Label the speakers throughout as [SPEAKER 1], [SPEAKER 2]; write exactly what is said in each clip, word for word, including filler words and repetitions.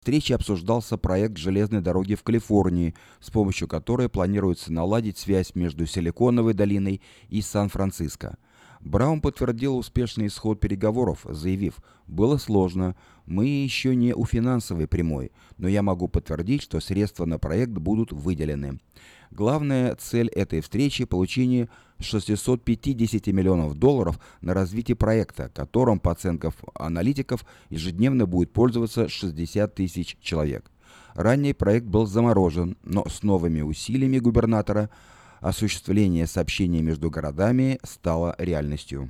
[SPEAKER 1] встрече обсуждался проект железной дороги в Калифорнии, с помощью которой планируется наладить связь между Силиконовой долиной и Сан-Франциско. Браун подтвердил успешный исход переговоров, заявив: «Было сложно, мы еще не у финансовой прямой, но я могу подтвердить, что средства на проект будут выделены». Главная цель этой встречи – получение шестисот пятидесяти миллионов долларов на развитие проекта, которым, по оценкам аналитиков, ежедневно будет пользоваться шестьдесят тысяч человек. Ранее проект был заморожен, но с новыми усилиями губернатора осуществление сообщения между городами стало реальностью.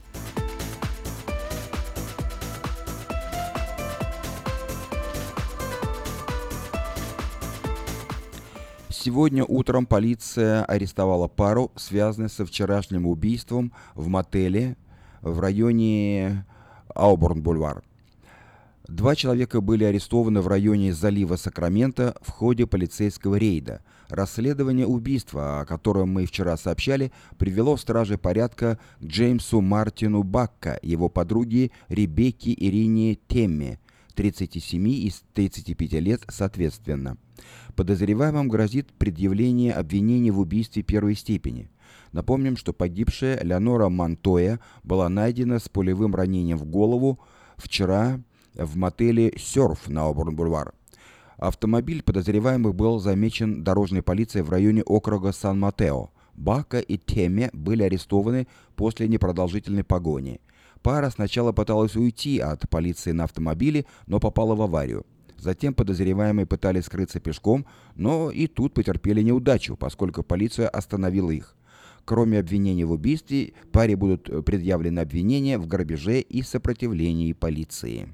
[SPEAKER 1] Сегодня утром полиция арестовала пару, связанную со вчерашним убийством в мотеле в районе Ауборн-Бульвар. Два человека были арестованы в районе залива Сакраменто в ходе полицейского рейда. Расследование убийства, о котором мы вчера сообщали, привело стражи порядка к Джеймсу Мартину Бакка, его подруге Ребекке Ирине Темме, тридцати семи и тридцати пяти лет соответственно. Подозреваемым грозит предъявление обвинений в убийстве первой степени. Напомним, что погибшая Леонора Монтоя была найдена с пулевым ранением в голову вчера в мотеле «Сёрф» на Ауборн-Бульвар. Автомобиль подозреваемых был замечен дорожной полицией в районе округа Сан-Матео. Бака и Темме были арестованы после непродолжительной погони. Пара сначала пыталась уйти от полиции на автомобиле, но попала в аварию. Затем подозреваемые пытались скрыться пешком, но и тут потерпели неудачу, поскольку полиция остановила их. Кроме обвинений в убийстве, паре будут предъявлены обвинения в грабеже и сопротивлении полиции.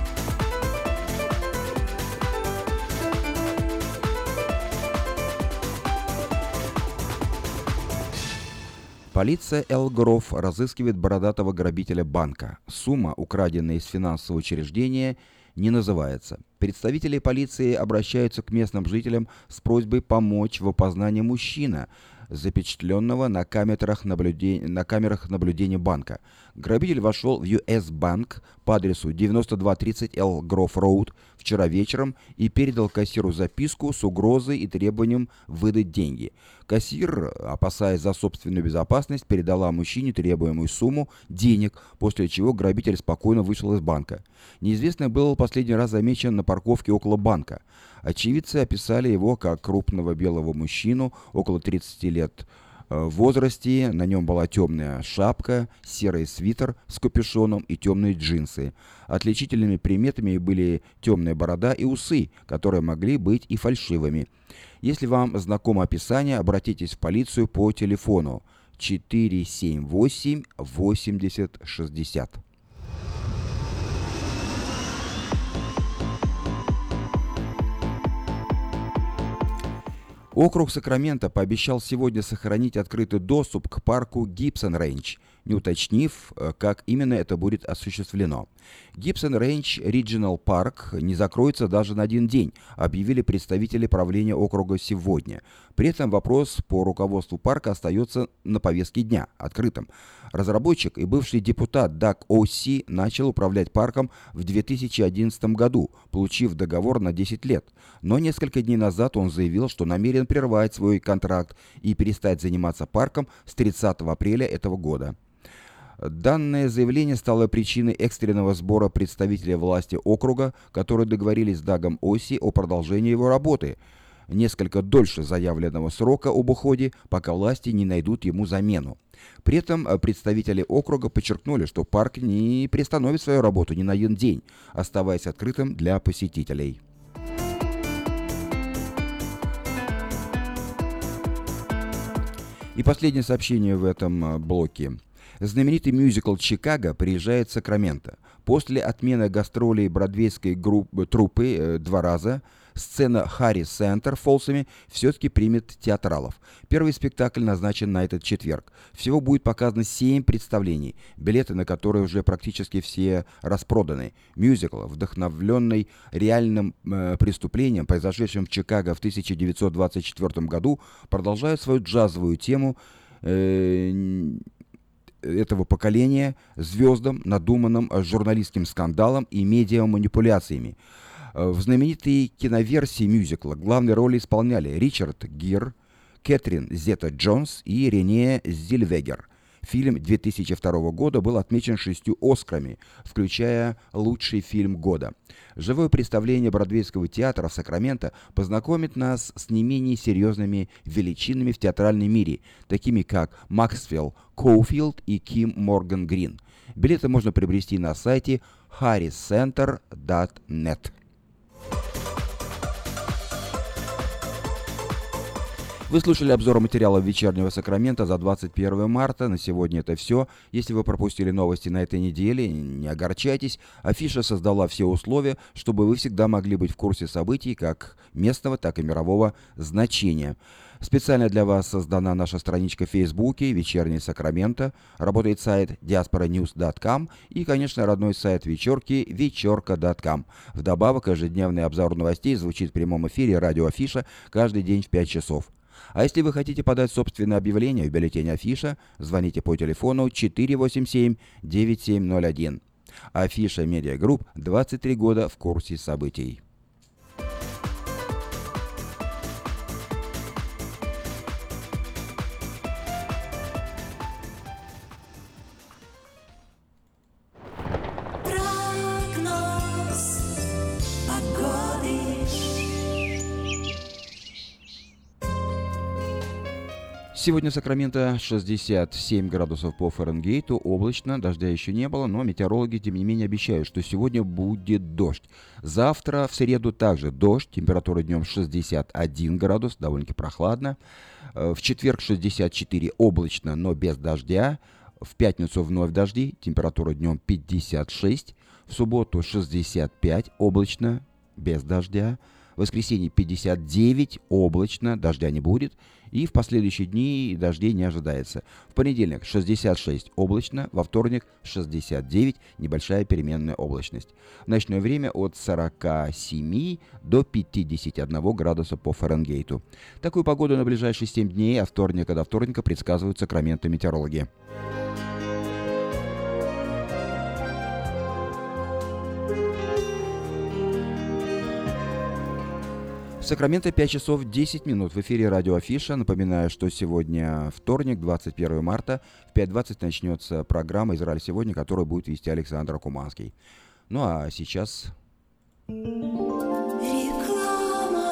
[SPEAKER 1] Полиция Эл-Гров разыскивает бородатого грабителя банка. Сумма, украденная из финансового учреждения, не называется. Представители полиции обращаются к местным жителям с просьбой помочь в опознании мужчины, запечатленного на камерах наблюдения, на камерах наблюдения банка. Грабитель вошел в ю эс Bank по адресу девяносто два тридцать Эл Гров Роуд вчера вечером и передал кассиру записку с угрозой и требованием выдать деньги. Кассир, опасаясь за собственную безопасность, передала мужчине требуемую сумму денег, после чего грабитель спокойно вышел из банка. Неизвестный был последний раз замечен на парковке около банка. Очевидцы описали его как крупного белого мужчину, около тридцати лет в возрасте. На нем была темная шапка, серый свитер с капюшоном и темные джинсы. Отличительными приметами были темная борода и усы, которые могли быть и фальшивыми. Если вам знакомо описание, обратитесь в полицию по телефону четыре семь восемь восемьдесят шестьдесят. Округ Сакраменто пообещал сегодня сохранить открытый доступ к парку Гибсон Рейндж, не уточнив, как именно это будет осуществлено. Гибсон Рейндж Regional Парк не закроется даже на один день, объявили представители правления округа сегодня. При этом вопрос по руководству парка остается на повестке дня, открытым. Разработчик и бывший депутат Даг О'Си начал управлять парком в две тысячи одиннадцатом году, получив договор на десять лет. Но несколько дней назад он заявил, что намерен прервать свой контракт и перестать заниматься парком с тридцатого апреля этого года. Данное заявление стало причиной экстренного сбора представителей власти округа, которые договорились с Дагом О'Си о продолжении его работы, несколько дольше заявленного срока об уходе, пока власти не найдут ему замену. При этом представители округа подчеркнули, что парк не приостановит свою работу ни на один день, оставаясь открытым для посетителей. И последнее сообщение в этом блоке. Знаменитый мюзикл «Чикаго» приезжает в Сакраменто. После отмены гастролей бродвейской группы, труппы э, два раза сцена Харрис Центр в Фолсами все-таки примет театралов. Первый спектакль назначен на этот четверг. Всего будет показано семь представлений, билеты на которые уже практически все распроданы. Мюзикл, вдохновленный реальным э, преступлением, произошедшим в Чикаго в тысяча девятьсот двадцать четвёртом году, продолжает свою джазовую тему э, этого поколения звездам, надуманным журналистским скандалом и медиаманипуляциями. В знаменитой киноверсии мюзикла главные роли исполняли Ричард Гир, Кэтрин Зета-Джонс и Рене Зельвегер. Фильм две тысячи второго года был отмечен шестью «Оскарами», включая лучший фильм года. Живое представление Бродвейского театра в Сакраменто познакомит нас с не менее серьезными величинами в театральном мире, такими как Максвелл Коуфилд и Ким Морган Грин. Билеты можно приобрести на сайте харрис центр точка нет. Вы слушали обзор материалов «Вечернего Сакрамента» за двадцать первое марта. На сегодня это все. Если вы пропустили новости на этой неделе, не огорчайтесь. Афиша создала все условия, чтобы вы всегда могли быть в курсе событий как местного, так и мирового значения. Специально для вас создана наша страничка в Фейсбуке «Вечерний Сакраменто». Работает сайт диаспора ньюс точка ком и, конечно, родной сайт вечерки вечерка точка ком. Вдобавок, ежедневный обзор новостей звучит в прямом эфире радио Афиша каждый день в пять часов. А если вы хотите подать собственное объявление в бюллетень Афиша, звоните по телефону четыре восемь семь девять семь ноль один. Афиша Медиа Групп, двадцать три года в курсе событий. Сегодня в Сакраменто шестьдесят семь градусов по Фаренгейту, облачно, дождя еще не было, но метеорологи, тем не менее, обещают, что сегодня будет дождь. Завтра, в среду, также дождь, температура днем шестьдесят один градус, довольно-таки прохладно. В четверг шестьдесят четыре, облачно, но без дождя. В пятницу вновь дожди, температура днем пятьдесят шесть. В субботу шестьдесят пять, облачно, без дождя. В воскресенье пятьдесят девять, облачно, дождя не будет. И в последующие дни дождей не ожидается. В понедельник шестьдесят шесть, облачно, во вторник шестьдесят девять, небольшая переменная облачность. В ночное время от сорока семи до пятидесяти одного градуса по Фаренгейту. Такую погоду на ближайшие семь дней, от вторника до вторника предсказывают Сакраменто метеорологи. Сакраменто пять часов десять минут. В эфире радио Афиша. Напоминаю, что сегодня вторник, двадцать первое марта. В пять двадцать начнется программа «Израиль сегодня», которую будет вести Александр Акуманский. Ну а сейчас...
[SPEAKER 2] Реклама.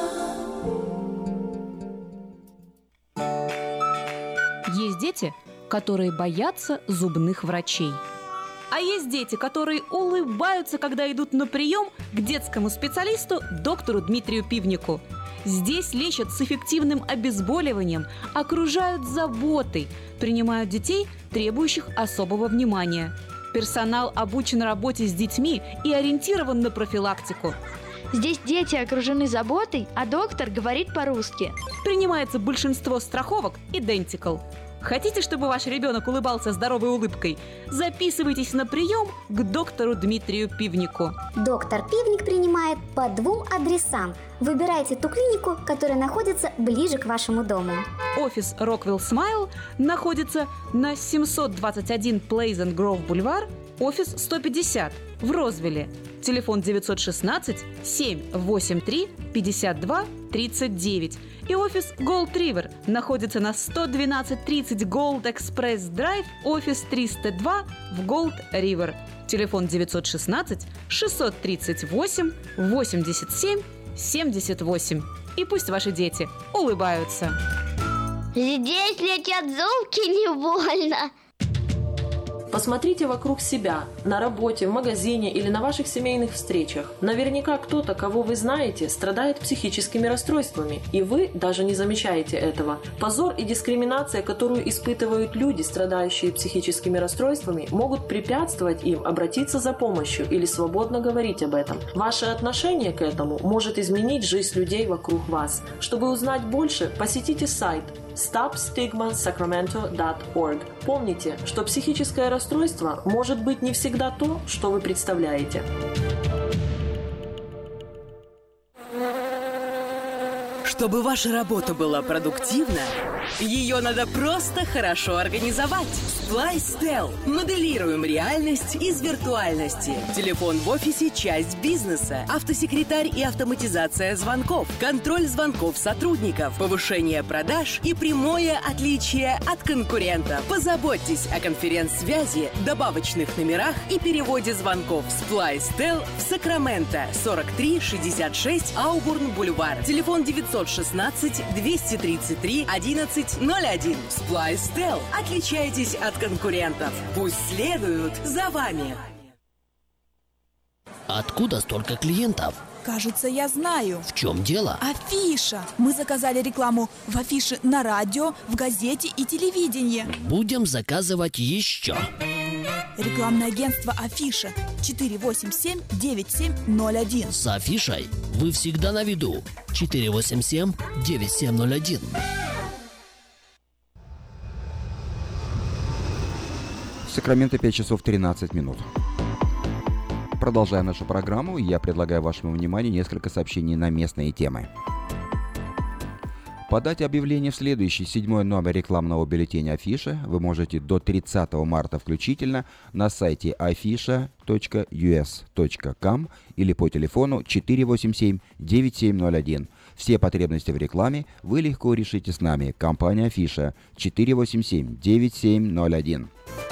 [SPEAKER 2] Есть дети, которые боятся зубных врачей. А есть дети, которые улыбаются, когда идут на прием к детскому специалисту доктору Дмитрию Пивнику. Здесь лечат с эффективным обезболиванием, окружают заботой, принимают детей, требующих особого внимания. Персонал обучен работе с детьми и ориентирован на профилактику.
[SPEAKER 3] Здесь дети окружены заботой, а доктор говорит по-русски.
[SPEAKER 2] Принимается большинство страховок Identical. Хотите, чтобы ваш ребенок улыбался здоровой улыбкой? Записывайтесь на прием к доктору Дмитрию Пивнику.
[SPEAKER 4] Доктор Пивник принимает по двум адресам. Выбирайте ту клинику, которая находится ближе к вашему дому.
[SPEAKER 2] Офис Rockwell Smile находится на семьсот двадцать один Pleasant Grove Boulevard, офис сто пятьдесят в Розвилле. Телефон девятьсот шестнадцать семь восемь три пятьдесят два тридцать девять. И офис Gold River находится на сто двенадцать тридцать Gold Express Drive, офис триста два в Gold River. Телефон девятьсот шестнадцать шестьсот тридцать восемь восемьдесят семь семьдесят восемь. И пусть ваши дети улыбаются.
[SPEAKER 5] Здесь летят зубки, не больно.
[SPEAKER 6] Посмотрите вокруг себя, на работе, в магазине или на ваших семейных встречах. Наверняка кто-то, кого вы знаете, страдает психическими расстройствами, и вы даже не замечаете этого. Позор и дискриминация, которую испытывают люди, страдающие психическими расстройствами, могут препятствовать им обратиться за помощью или свободно говорить об этом. Ваше отношение к этому может изменить жизнь людей вокруг вас. Чтобы узнать больше, посетите сайт стоп стигма сакраменто точка орг. Помните, что психическое расстройство может быть не всегда то, что вы представляете.
[SPEAKER 7] Чтобы ваша работа была продуктивна, ее надо просто хорошо организовать. SpliceTel. Моделируем реальность из виртуальности. Телефон в офисе – часть бизнеса. Автосекретарь и автоматизация звонков. Контроль звонков сотрудников. Повышение продаж и прямое отличие от конкурентов. Позаботьтесь о конференц-связи, добавочных номерах и переводе звонков. SpliceTel в Сакраменто. сорок три шестьдесят шесть Аубурн-Бульвар. Телефон девятьсот шестнадцать двести тридцать три одиннадцать ноль один. SpliceTel. Отличайтесь от конкурентов. Пусть следуют за вами.
[SPEAKER 8] Откуда столько клиентов?
[SPEAKER 9] Кажется, я знаю.
[SPEAKER 8] В чем дело?
[SPEAKER 9] Афиша. Мы заказали рекламу в афише на радио, в газете и телевидении.
[SPEAKER 8] Будем заказывать еще.
[SPEAKER 9] Рекламное агентство Афиша. четыре восемь семь девять семь ноль один.
[SPEAKER 8] С Афишей вы всегда на виду. четыре восемь семь девять семь ноль один.
[SPEAKER 1] Сакраменто пять часов тринадцать минут. Продолжая нашу программу, я предлагаю вашему вниманию несколько сообщений на местные темы. Подать объявление в следующий седьмой номер рекламного бюллетеня Афиша вы можете до тридцатого марта включительно на сайте афиша точка ю эс точка ком или по телефону четыре восемь семь девять семь ноль один. Все потребности в рекламе вы легко решите с нами. Компания Афиша четыре восемь семь девять семь ноль один.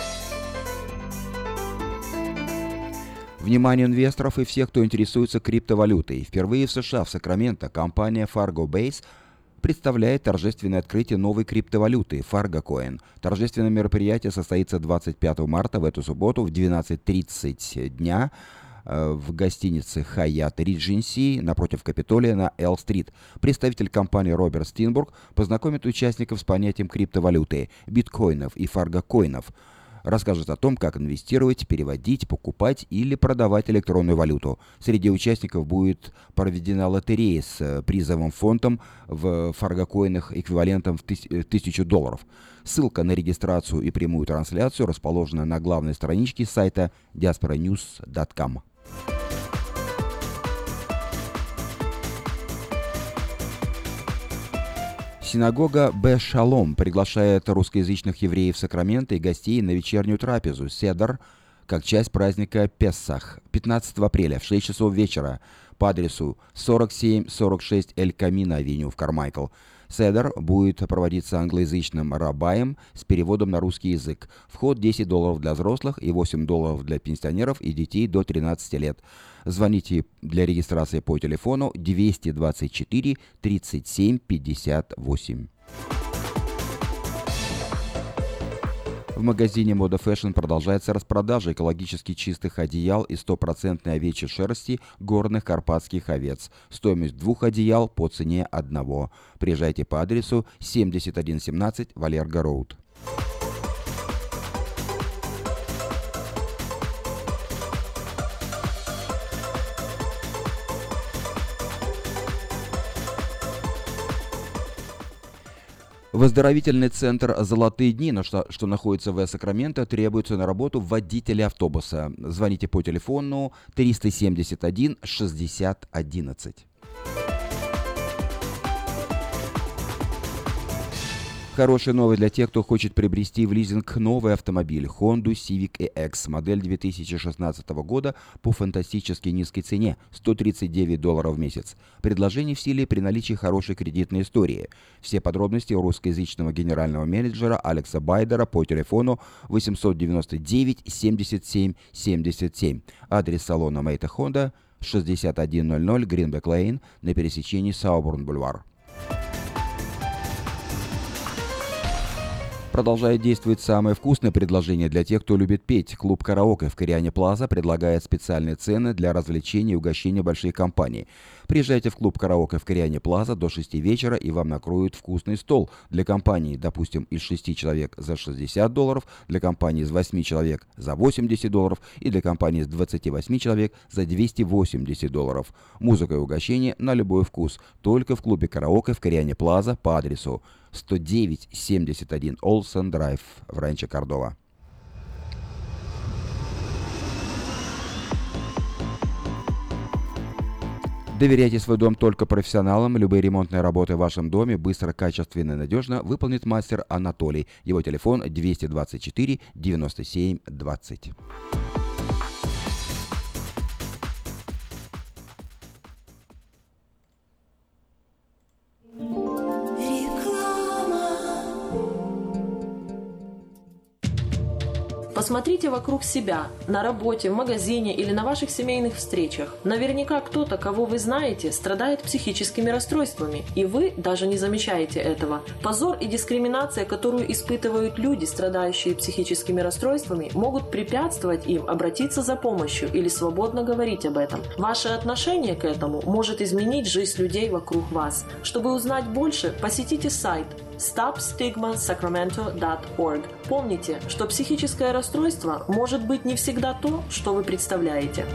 [SPEAKER 1] Внимание инвесторов и всех, кто интересуется криптовалютой. Впервые в США, в Сакраменто, компания Fargo Base представляет торжественное открытие новой криптовалюты Fargo Coin. Торжественное мероприятие состоится двадцать пятого марта в эту субботу в двенадцать тридцать дня э, в гостинице Hyatt Regency напротив Капитолия на Эл-стрит. Представитель компании Роберт Стинбург познакомит участников с понятием криптовалюты, биткоинов и фарго-коинов. Расскажет о том, как инвестировать, переводить, покупать или продавать электронную валюту. Среди участников будет проведена лотерея с призовым фондом в фарго-коинах эквивалентом в тысячу долларов. Ссылка на регистрацию и прямую трансляцию расположена на главной страничке сайта диаспора ньюс точка ком. Синагога Бе-Шалом приглашает русскоязычных евреев Сакраменто и гостей на вечернюю трапезу «Седер» как часть праздника Пессах пятнадцатого апреля в шесть часов вечера по адресу сорок семь сорок шесть Эль-Камино-авеню в Кармайкл. «Седер» будет проводиться англоязычным рабаем с переводом на русский язык. Вход десять долларов для взрослых и восемь долларов для пенсионеров и детей до тринадцати лет. Звоните для регистрации по телефону двести двадцать четыре тридцать семь пятьдесят восемь. В магазине Moda Fashion продолжается распродажа экологически чистых одеял из стопроцентной овечьей шерсти горных карпатских овец. Стоимость двух одеял по цене одного. Приезжайте по адресу семьдесят один семнадцать Валерго Роуд. Выздоровительный центр «Золотые дни», что, что находится в Сакраменто, требуется на работу водителя автобуса. Звоните по телефону триста семьдесят один шестьдесят одиннадцать. Хорошая новость для тех, кто хочет приобрести в лизинг новый автомобиль Honda Civic и X, модель две тысячи шестнадцатого года по фантастически низкой цене – сто тридцать девять долларов в месяц. Предложение в силе при наличии хорошей кредитной истории. Все подробности у русскоязычного генерального менеджера Алекса Байдера по телефону восемьсот девяносто девять семьдесят семь семьдесят семь. Адрес салона Мэйта Honda шестьдесят один ноль ноль Гринбек Лейн на пересечении Сауборн-Бульвар. Продолжает действовать самое вкусное предложение для тех, кто любит петь. Клуб «Караоке» в Кориане Плаза предлагает специальные цены для развлечений и угощения большой компании. Приезжайте в клуб «Караоке» в Кориане Плаза до шести вечера, и вам накроют вкусный стол для компании, допустим, из шести человек за шестьдесят долларов, для компании из восьми человек за восемьдесят долларов и для компании из двадцати восьми человек за двести восемьдесят долларов. Музыка и угощение на любой вкус. Только в клубе «Караоке» в Кориане Плаза по адресу сто девять семьдесят один Олсен Драйв в Ранчо Кордова. Доверяйте свой дом только профессионалам. Любые ремонтные работы в вашем доме быстро, качественно и надежно выполнит мастер Анатолий. Его телефон двести двадцать четыре девяносто семь двадцать.
[SPEAKER 6] Посмотрите вокруг себя, на работе, в магазине или на ваших семейных встречах. Наверняка кто-то, кого вы знаете, страдает психическими расстройствами, и вы даже не замечаете этого. Позор и дискриминация, которую испытывают люди, страдающие психическими расстройствами, могут препятствовать им обратиться за помощью или свободно говорить об этом. Ваше отношение к этому может изменить жизнь людей вокруг вас. Чтобы узнать больше, посетите сайт стоп стигма сакраменто точка орг. Помните, что психическое расстройство может быть не всегда то, что вы представляете.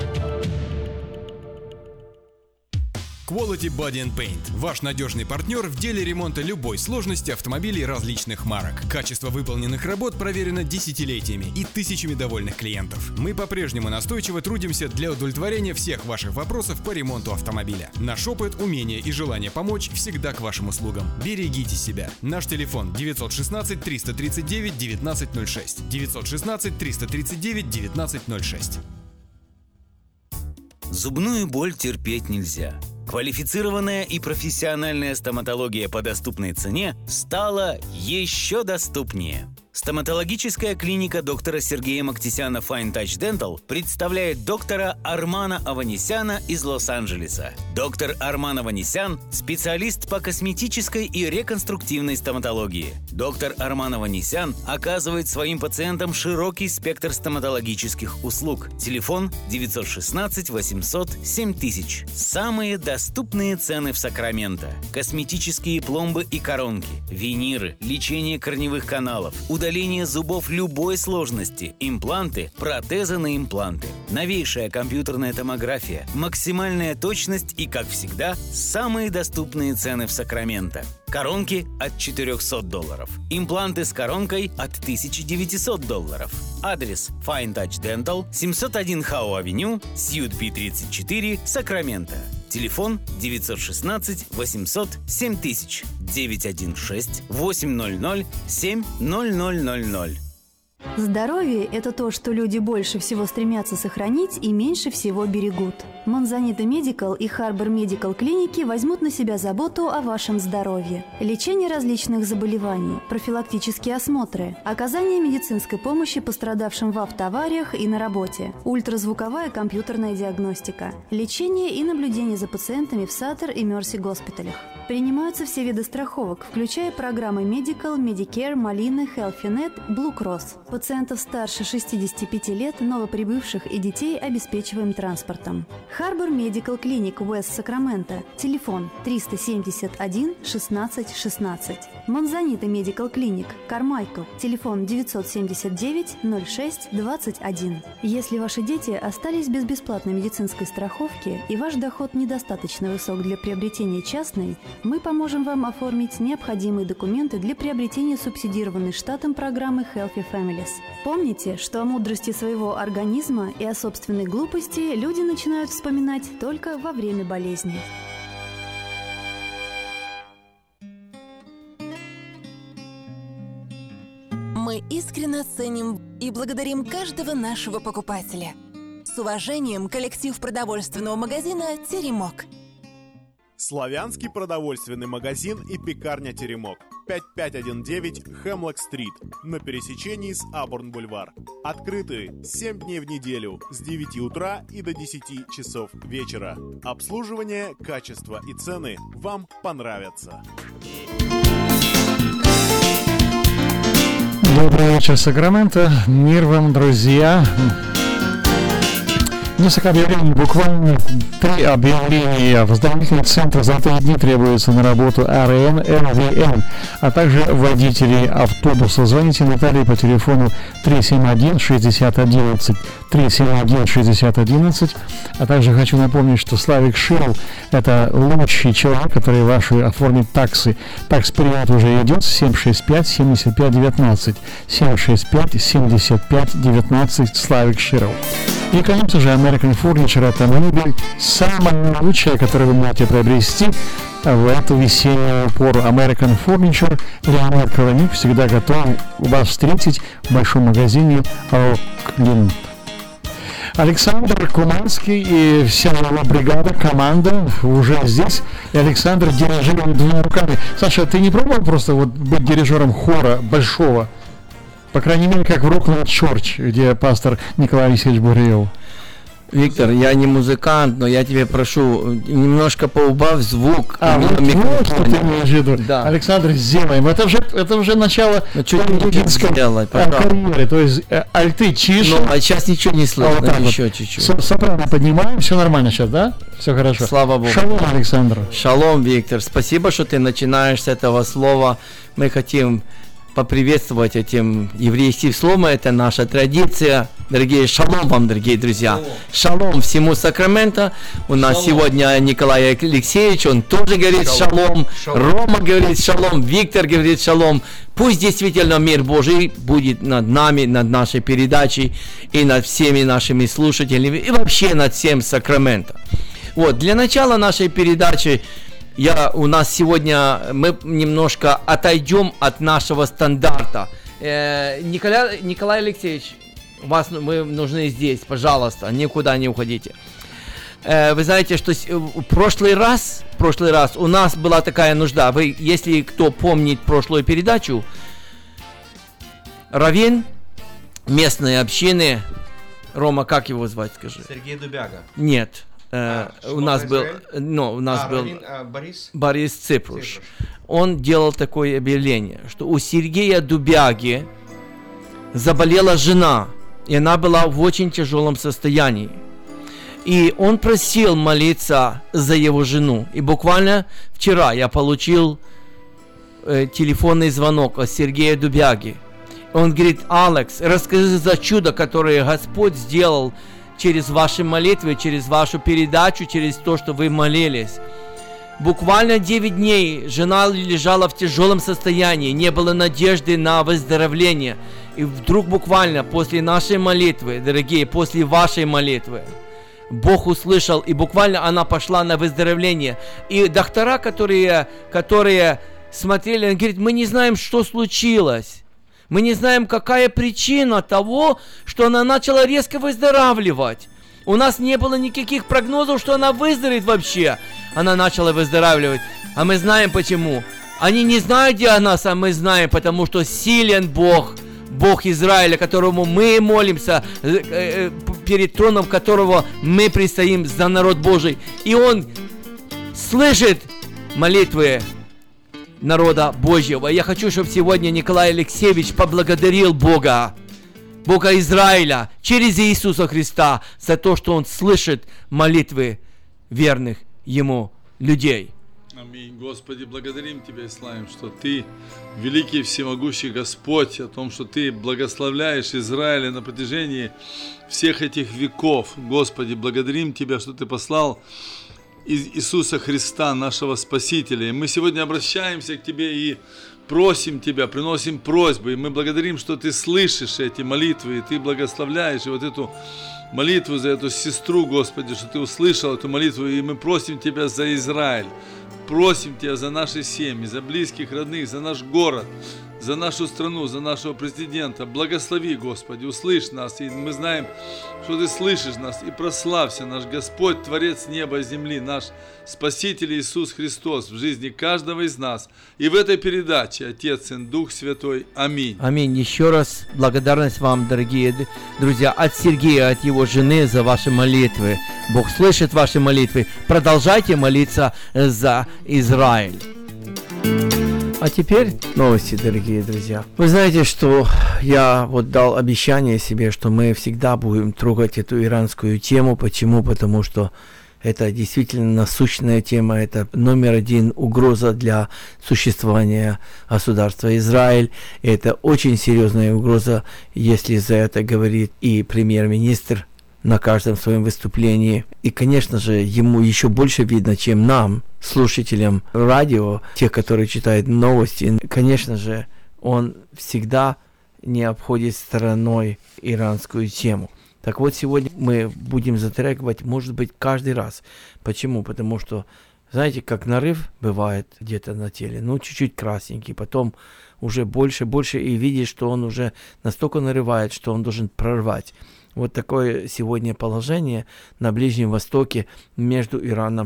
[SPEAKER 10] Quality Body and Paint – ваш надежный партнер в деле ремонта любой сложности автомобилей различных марок. Качество выполненных работ проверено десятилетиями и тысячами довольных клиентов. Мы по-прежнему настойчиво трудимся для удовлетворения всех ваших вопросов по ремонту автомобиля. Наш опыт, умение и желание помочь всегда к вашим услугам. Берегите себя. Наш телефон девятьсот шестнадцать триста тридцать девять девятнадцать ноль шесть. девятьсот шестнадцать триста тридцать девять девятнадцать ноль шесть.
[SPEAKER 11] Зубную боль терпеть нельзя. Квалифицированная и профессиональная стоматология по доступной цене стала еще доступнее. Стоматологическая клиника доктора Сергея Мактисяна Fine Touch Dental представляет доктора Армана Аванесяна из Лос-Анджелеса. Доктор Арман Аванесян – специалист по косметической и реконструктивной стоматологии. Доктор Арман Аванесян оказывает своим пациентам широкий спектр стоматологических услуг. Телефон девятьсот шестнадцать восемьсот семь тысяч. Самые доступные цены в Сакраменто. Косметические пломбы и коронки, виниры, лечение корневых каналов, удаление зубов любой сложности, импланты, протезы на импланты, новейшая компьютерная томография, максимальная точность и, как всегда, самые доступные цены в Сакраменто. Коронки от четырехсот долларов. Импланты с коронкой от тысяча девятьсот долларов. Адрес Fine Touch Dental, семьсот один Хау-авеню, Сьют Би тридцать четыре, Сакраменто. Телефон девятьсот шестнадцать восемьсот семь тысяч, девятьсот шестнадцать восемьсот семь ноль ноль ноль ноль.
[SPEAKER 12] Здоровье – это то, что люди больше всего стремятся сохранить и меньше всего берегут. Монзанита Медикал и Харбор Медикал клиники возьмут на себя заботу о вашем здоровье. Лечение различных заболеваний, профилактические осмотры, оказание медицинской помощи пострадавшим в автоавариях и на работе, ультразвуковая компьютерная диагностика, лечение и наблюдение за пациентами в Саттер и Мерси госпиталях. Принимаются все виды страховок, включая программы Medical, Medicare, Molina, HealthyNet, Blue Cross. Пациентов старше шестидесяти пяти лет, новоприбывших и детей обеспечиваем транспортом. Харбор Медикал Клиник Уэст Сакраменто. Телефон триста семьдесят один шестнадцать шестнадцать. Монзанита Медикал Клиник Кармайкл. Телефон девятьсот семьдесят девять ноль шесть двадцать один. Если ваши дети остались без бесплатной медицинской страховки и ваш доход недостаточно высок для приобретения частной, мы поможем вам оформить необходимые документы для приобретения субсидированной штатом программы Healthy Families. Помните, что о мудрости своего организма и о собственной глупости люди начинают вспоминать только во время болезни.
[SPEAKER 13] Мы искренне ценим и благодарим каждого нашего покупателя. С уважением, коллектив продовольственного магазина «Теремок».
[SPEAKER 14] Славянский продовольственный магазин и пекарня «Теремок». пять пять один девять Хемлок-стрит на пересечении с Абурн-бульвар. Открыты семь дней в неделю с девяти утра и до десяти часов вечера. Обслуживание, качество и цены вам понравятся.
[SPEAKER 15] Добрый вечер, Сакраменто. Мир вам, друзья. Несколько объявлений, буквально три объявления. В оздоровительных центрах «Золотые дни» требуется на работу эр эн, эл ви эн, а также водители автобуса. Звоните Наталье по телефону три семь один шестьдесят одиннадцать, три семь один шестьдесят одиннадцать. А также хочу напомнить, что Славик Шилл – это лучший человек, который ваши оформит таксы. Такс-период уже идет семь шесть пять семьдесят пять девятнадцать, семь шесть пять семьдесят пять девятнадцать. Славик Шилл. И, конечно же, American Furniture – это мебель самая лучшая, которую вы можете приобрести в эту весеннюю пору. American Furniture, Леонид Короник всегда готов вас встретить в большом магазине Оклин. Александр Куманский и вся его бригада, команда уже здесь. И Александр дирижирует двумя руками. Саша, ты не пробовал просто вот быть дирижером хора большого? По крайней мере, как в Rockland Church, где пастор Николай Алексеевич Буреев.
[SPEAKER 16] Виктор, я не музыкант, но я тебя прошу, немножко поубавь звук.
[SPEAKER 15] А, вот, вот что ты имеешь в виду. Да. Александр, сделаем. Это уже, это уже начало карьеры. То есть э, альты тише.
[SPEAKER 16] Ну, а сейчас ничего не слышно. А вот еще вот. Чуть-чуть.
[SPEAKER 15] С- сопрано поднимаем, все нормально сейчас, да? Все хорошо.
[SPEAKER 16] Слава Богу.
[SPEAKER 15] Шалом, Александр.
[SPEAKER 16] Шалом, Виктор. Спасибо, что ты начинаешь с этого слова. Мы хотим поприветствовать этим еврейским словом. Это наша традиция. Дорогие, шалом вам, дорогие друзья. Шалом, шалом всему Сакраменто. У нас шалом. Сегодня Николай Алексеевич, он тоже говорит шалом. шалом. Рома говорит шалом. Виктор говорит шалом. Пусть действительно мир Божий будет над нами, над нашей передачей и над всеми нашими слушателями и вообще над всем Сакраменто. Вот, для начала нашей передачи Я, у нас сегодня мы немножко отойдем от нашего стандарта. Э, Николай, Николай Алексеевич, вас мы нужны здесь, пожалуйста, никуда не уходите. Э, вы знаете, что в прошлый раз, в прошлый раз у нас была такая нужда. Вы, если кто помнит прошлую передачу, раввин местной общины, Рома, как его звать, скажи?
[SPEAKER 17] Сергей Дубяга.
[SPEAKER 16] Нет. Uh,
[SPEAKER 17] а,
[SPEAKER 16] у нас был, no, у нас
[SPEAKER 17] а,
[SPEAKER 16] был
[SPEAKER 17] Равин, а, Борис,
[SPEAKER 16] Борис Ципруш. Он делал такое объявление, что у Сергея Дубяги заболела жена, и она была в очень тяжелом состоянии. И он просил молиться за его жену. И буквально вчера я получил э, телефонный звонок от Сергея Дубяги. Он говорит: Алекс, расскажи за чудо, которое Господь сделал через ваши молитвы, через вашу передачу, через то, что вы молились. Буквально девять дней жена лежала в тяжелом состоянии, не было надежды на выздоровление. И вдруг буквально после нашей молитвы, дорогие, после вашей молитвы, Бог услышал, и буквально она пошла на выздоровление. И доктора, которые, которые смотрели, он говорит: мы не знаем, что случилось. Мы не знаем, какая причина того, что она начала резко выздоравливать. У нас не было никаких прогнозов, что она выздоровеет вообще. Она начала выздоравливать. А мы знаем почему. Они не знают диагноз, а мы знаем, потому что силен Бог, Бог Израиля, которому мы молимся, перед троном которого мы предстоим за народ Божий. И Он слышит молитвы народа Божьего. Я хочу, чтобы сегодня Николай Алексеевич поблагодарил Бога, Бога Израиля, через Иисуса Христа, за то, что Он слышит молитвы верных Ему людей.
[SPEAKER 18] Аминь. Господи, благодарим Тебя и славим, что Ты великий всемогущий Господь, о том, что Ты благословляешь Израиля на протяжении всех этих веков. Господи, благодарим Тебя, что Ты послал из Иисуса Христа, нашего Спасителя. И мы сегодня обращаемся к Тебе и просим Тебя, приносим просьбы. И мы благодарим, что Ты слышишь эти молитвы, и Ты благословляешь и вот эту молитву за эту сестру, Господи, что Ты услышал эту молитву. И мы просим Тебя за Израиль, просим Тебя за наши семьи, за близких, родных, за наш город, за нашу страну, за нашего президента. Благослови, Господи, услышь нас. И мы знаем, что Ты слышишь нас. И прославься наш Господь, Творец неба и земли, наш Спаситель Иисус Христос в жизни каждого из нас. И в этой передаче Отец, Сын, Дух Святой. Аминь.
[SPEAKER 16] Аминь. Еще раз благодарность вам, дорогие друзья, от Сергея, от его жены за ваши молитвы. Бог слышит ваши молитвы. Продолжайте молиться за Израиль. А теперь новости, дорогие друзья. Вы знаете, что я вот дал обещание себе, что мы всегда будем трогать эту иранскую тему. Почему? Потому что это действительно насущная тема. Это номер один угроза для существования государства Израиль. И это очень серьезная угроза, если за это говорит и премьер-министр на каждом своем выступлении. И, конечно же, ему еще больше видно, чем нам, слушателям радио, тех, которые читают новости. Конечно же, он всегда не обходит стороной иранскую тему. Так вот, сегодня мы будем затрагивать, может быть, каждый раз. Почему? Потому что, знаете, как нарыв бывает где-то на теле, ну, чуть-чуть красненький, потом уже больше, больше, и видишь, что он уже настолько нарывает, что он должен прорвать. Вот такое сегодня положение на Ближнем Востоке между Ираном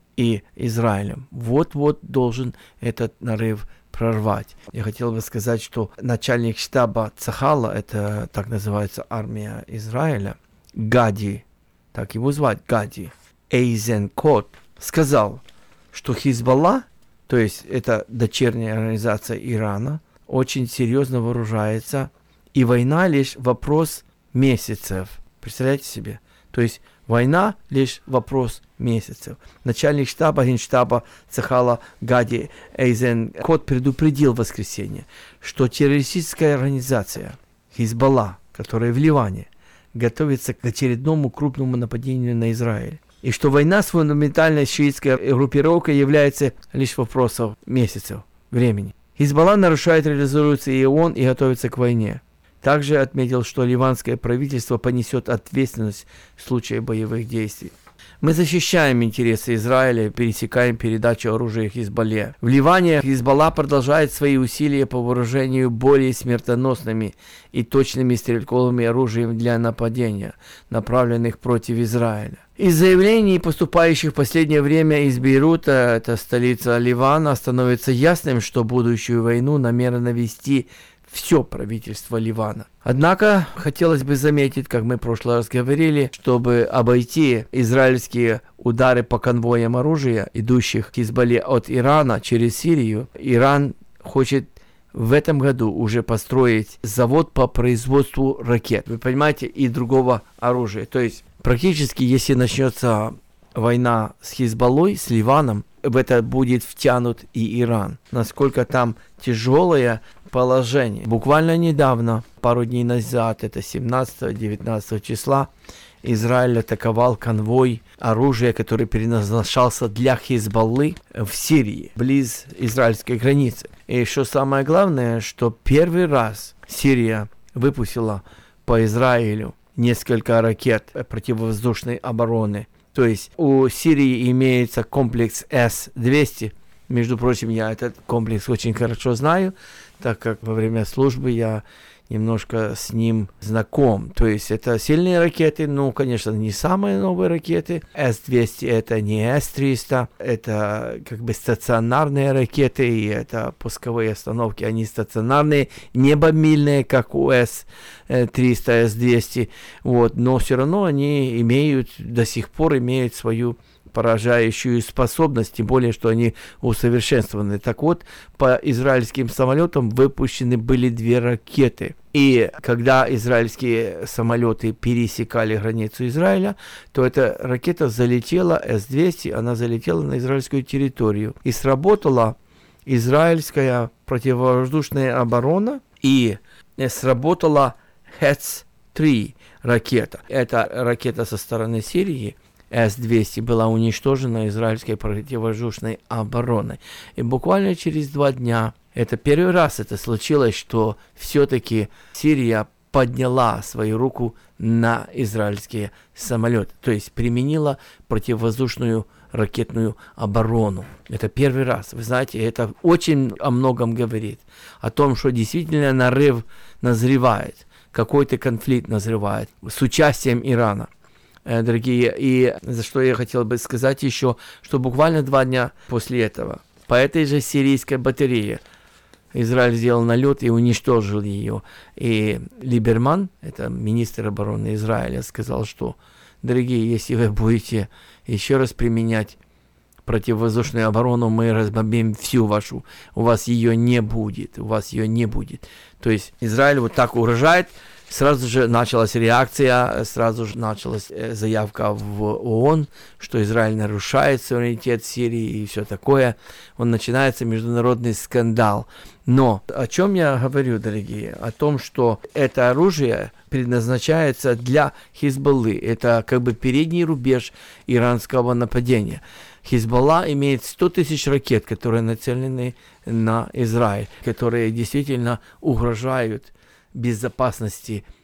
[SPEAKER 16] и Израилем. Вот-вот должен этот нарыв прорвать. Я хотел бы сказать, что начальник штаба Цахала, это так называется армия Израиля, Гади, так его звать, Гади, Эйзенкот, сказал, что Хизбалла, то есть это дочерняя организация Ирана, очень серьезно вооружается, и война лишь вопрос месяцев. Представляете себе? То есть война лишь вопрос месяцев. Начальник штаба, генштаба Цахала Гади Эйзенкот предупредил в воскресенье, что террористическая организация Хизбалла, которая в Ливане, готовится к очередному крупному нападению на Израиль. И что война с фундаментальной шиитской группировкой является лишь вопросом месяцев, времени. Хизбалла нарушает резолюции ООН и готовится к войне. Также отметил, что ливанское правительство понесет ответственность в случае боевых действий. Мы защищаем интересы Израиля и пересекаем передачу оружия Хизбалле. В Ливане Хизбалла продолжает свои усилия по вооружению более смертоносными и точными стрелковыми оружием для нападения, направленных против Израиля. Из заявлений, поступающих в последнее время из Бейрута, это столица Ливана, становится ясным, что будущую войну намерено вести все правительство Ливана. Однако, хотелось бы заметить, как мы в прошлый раз говорили, чтобы обойти израильские удары по конвоям оружия, идущих к Хизбалле от Ирана через Сирию, Иран хочет в этом году уже построить завод по производству ракет, вы понимаете, и другого оружия. То есть, практически, если начнется война с Хизбаллой, с Ливаном, в это будет втянут и Иран. Насколько там тяжелое положение. Буквально недавно, пару дней назад, это семнадцатого-девятнадцатого числа, Израиль атаковал конвой оружия, который предназначался для Хизбаллы в Сирии, близ израильской границы. И что самое главное, что первый раз Сирия выпустила по Израилю несколько ракет противовоздушной обороны. То есть у Сирии имеется комплекс эс двести. Между прочим, я этот комплекс очень хорошо знаю, так как во время службы я немножко с ним знаком. То есть это сильные ракеты, ну, конечно, не самые новые ракеты. эс двести это не эс триста, это как бы стационарные ракеты, и это пусковые остановки, они стационарные, не бомбильные, как у эс триста, эс двести, вот, но все равно они имеют, до сих пор имеют свою поражающую способность, тем более, что они усовершенствованы. Так вот, по израильским самолетам выпущены были две ракеты. И когда израильские самолеты пересекали границу Израиля, то эта ракета залетела, эс двести, она залетела на израильскую территорию. И сработала израильская противовоздушная оборона, и сработала Хец три ракета. Это ракета со стороны Сирии, эс двести, была уничтожена израильской противовоздушной обороной. И буквально через два дня, это первый раз это случилось, что все-таки Сирия подняла свою руку на израильские самолеты, то есть применила противовоздушную ракетную оборону. Это первый раз. Вы знаете, это очень о многом говорит. О том, что действительно нарыв назревает, какой-то конфликт назревает с участием Ирана. Дорогие, и за что я хотел бы сказать еще, что буквально два дня после этого по этой же сирийской батарее Израиль сделал налет и уничтожил ее. И Либерман, это министр обороны Израиля, сказал, что, дорогие, если вы будете еще раз применять противовоздушную оборону, мы разбомбим всю вашу, у вас ее не будет, у вас ее не будет. То есть Израиль вот так угрожает. Сразу же началась реакция, сразу же началась заявка в ООН, что Израиль нарушает суверенитет Сирии и все такое. Он начинается международный скандал. Но о чем я говорю, дорогие? О том, что это оружие предназначается для Хизбаллы. Это как бы передний рубеж иранского нападения. Хизбалла имеет сто тысяч ракет, которые нацелены на Израиль, которые действительно угрожают безопасности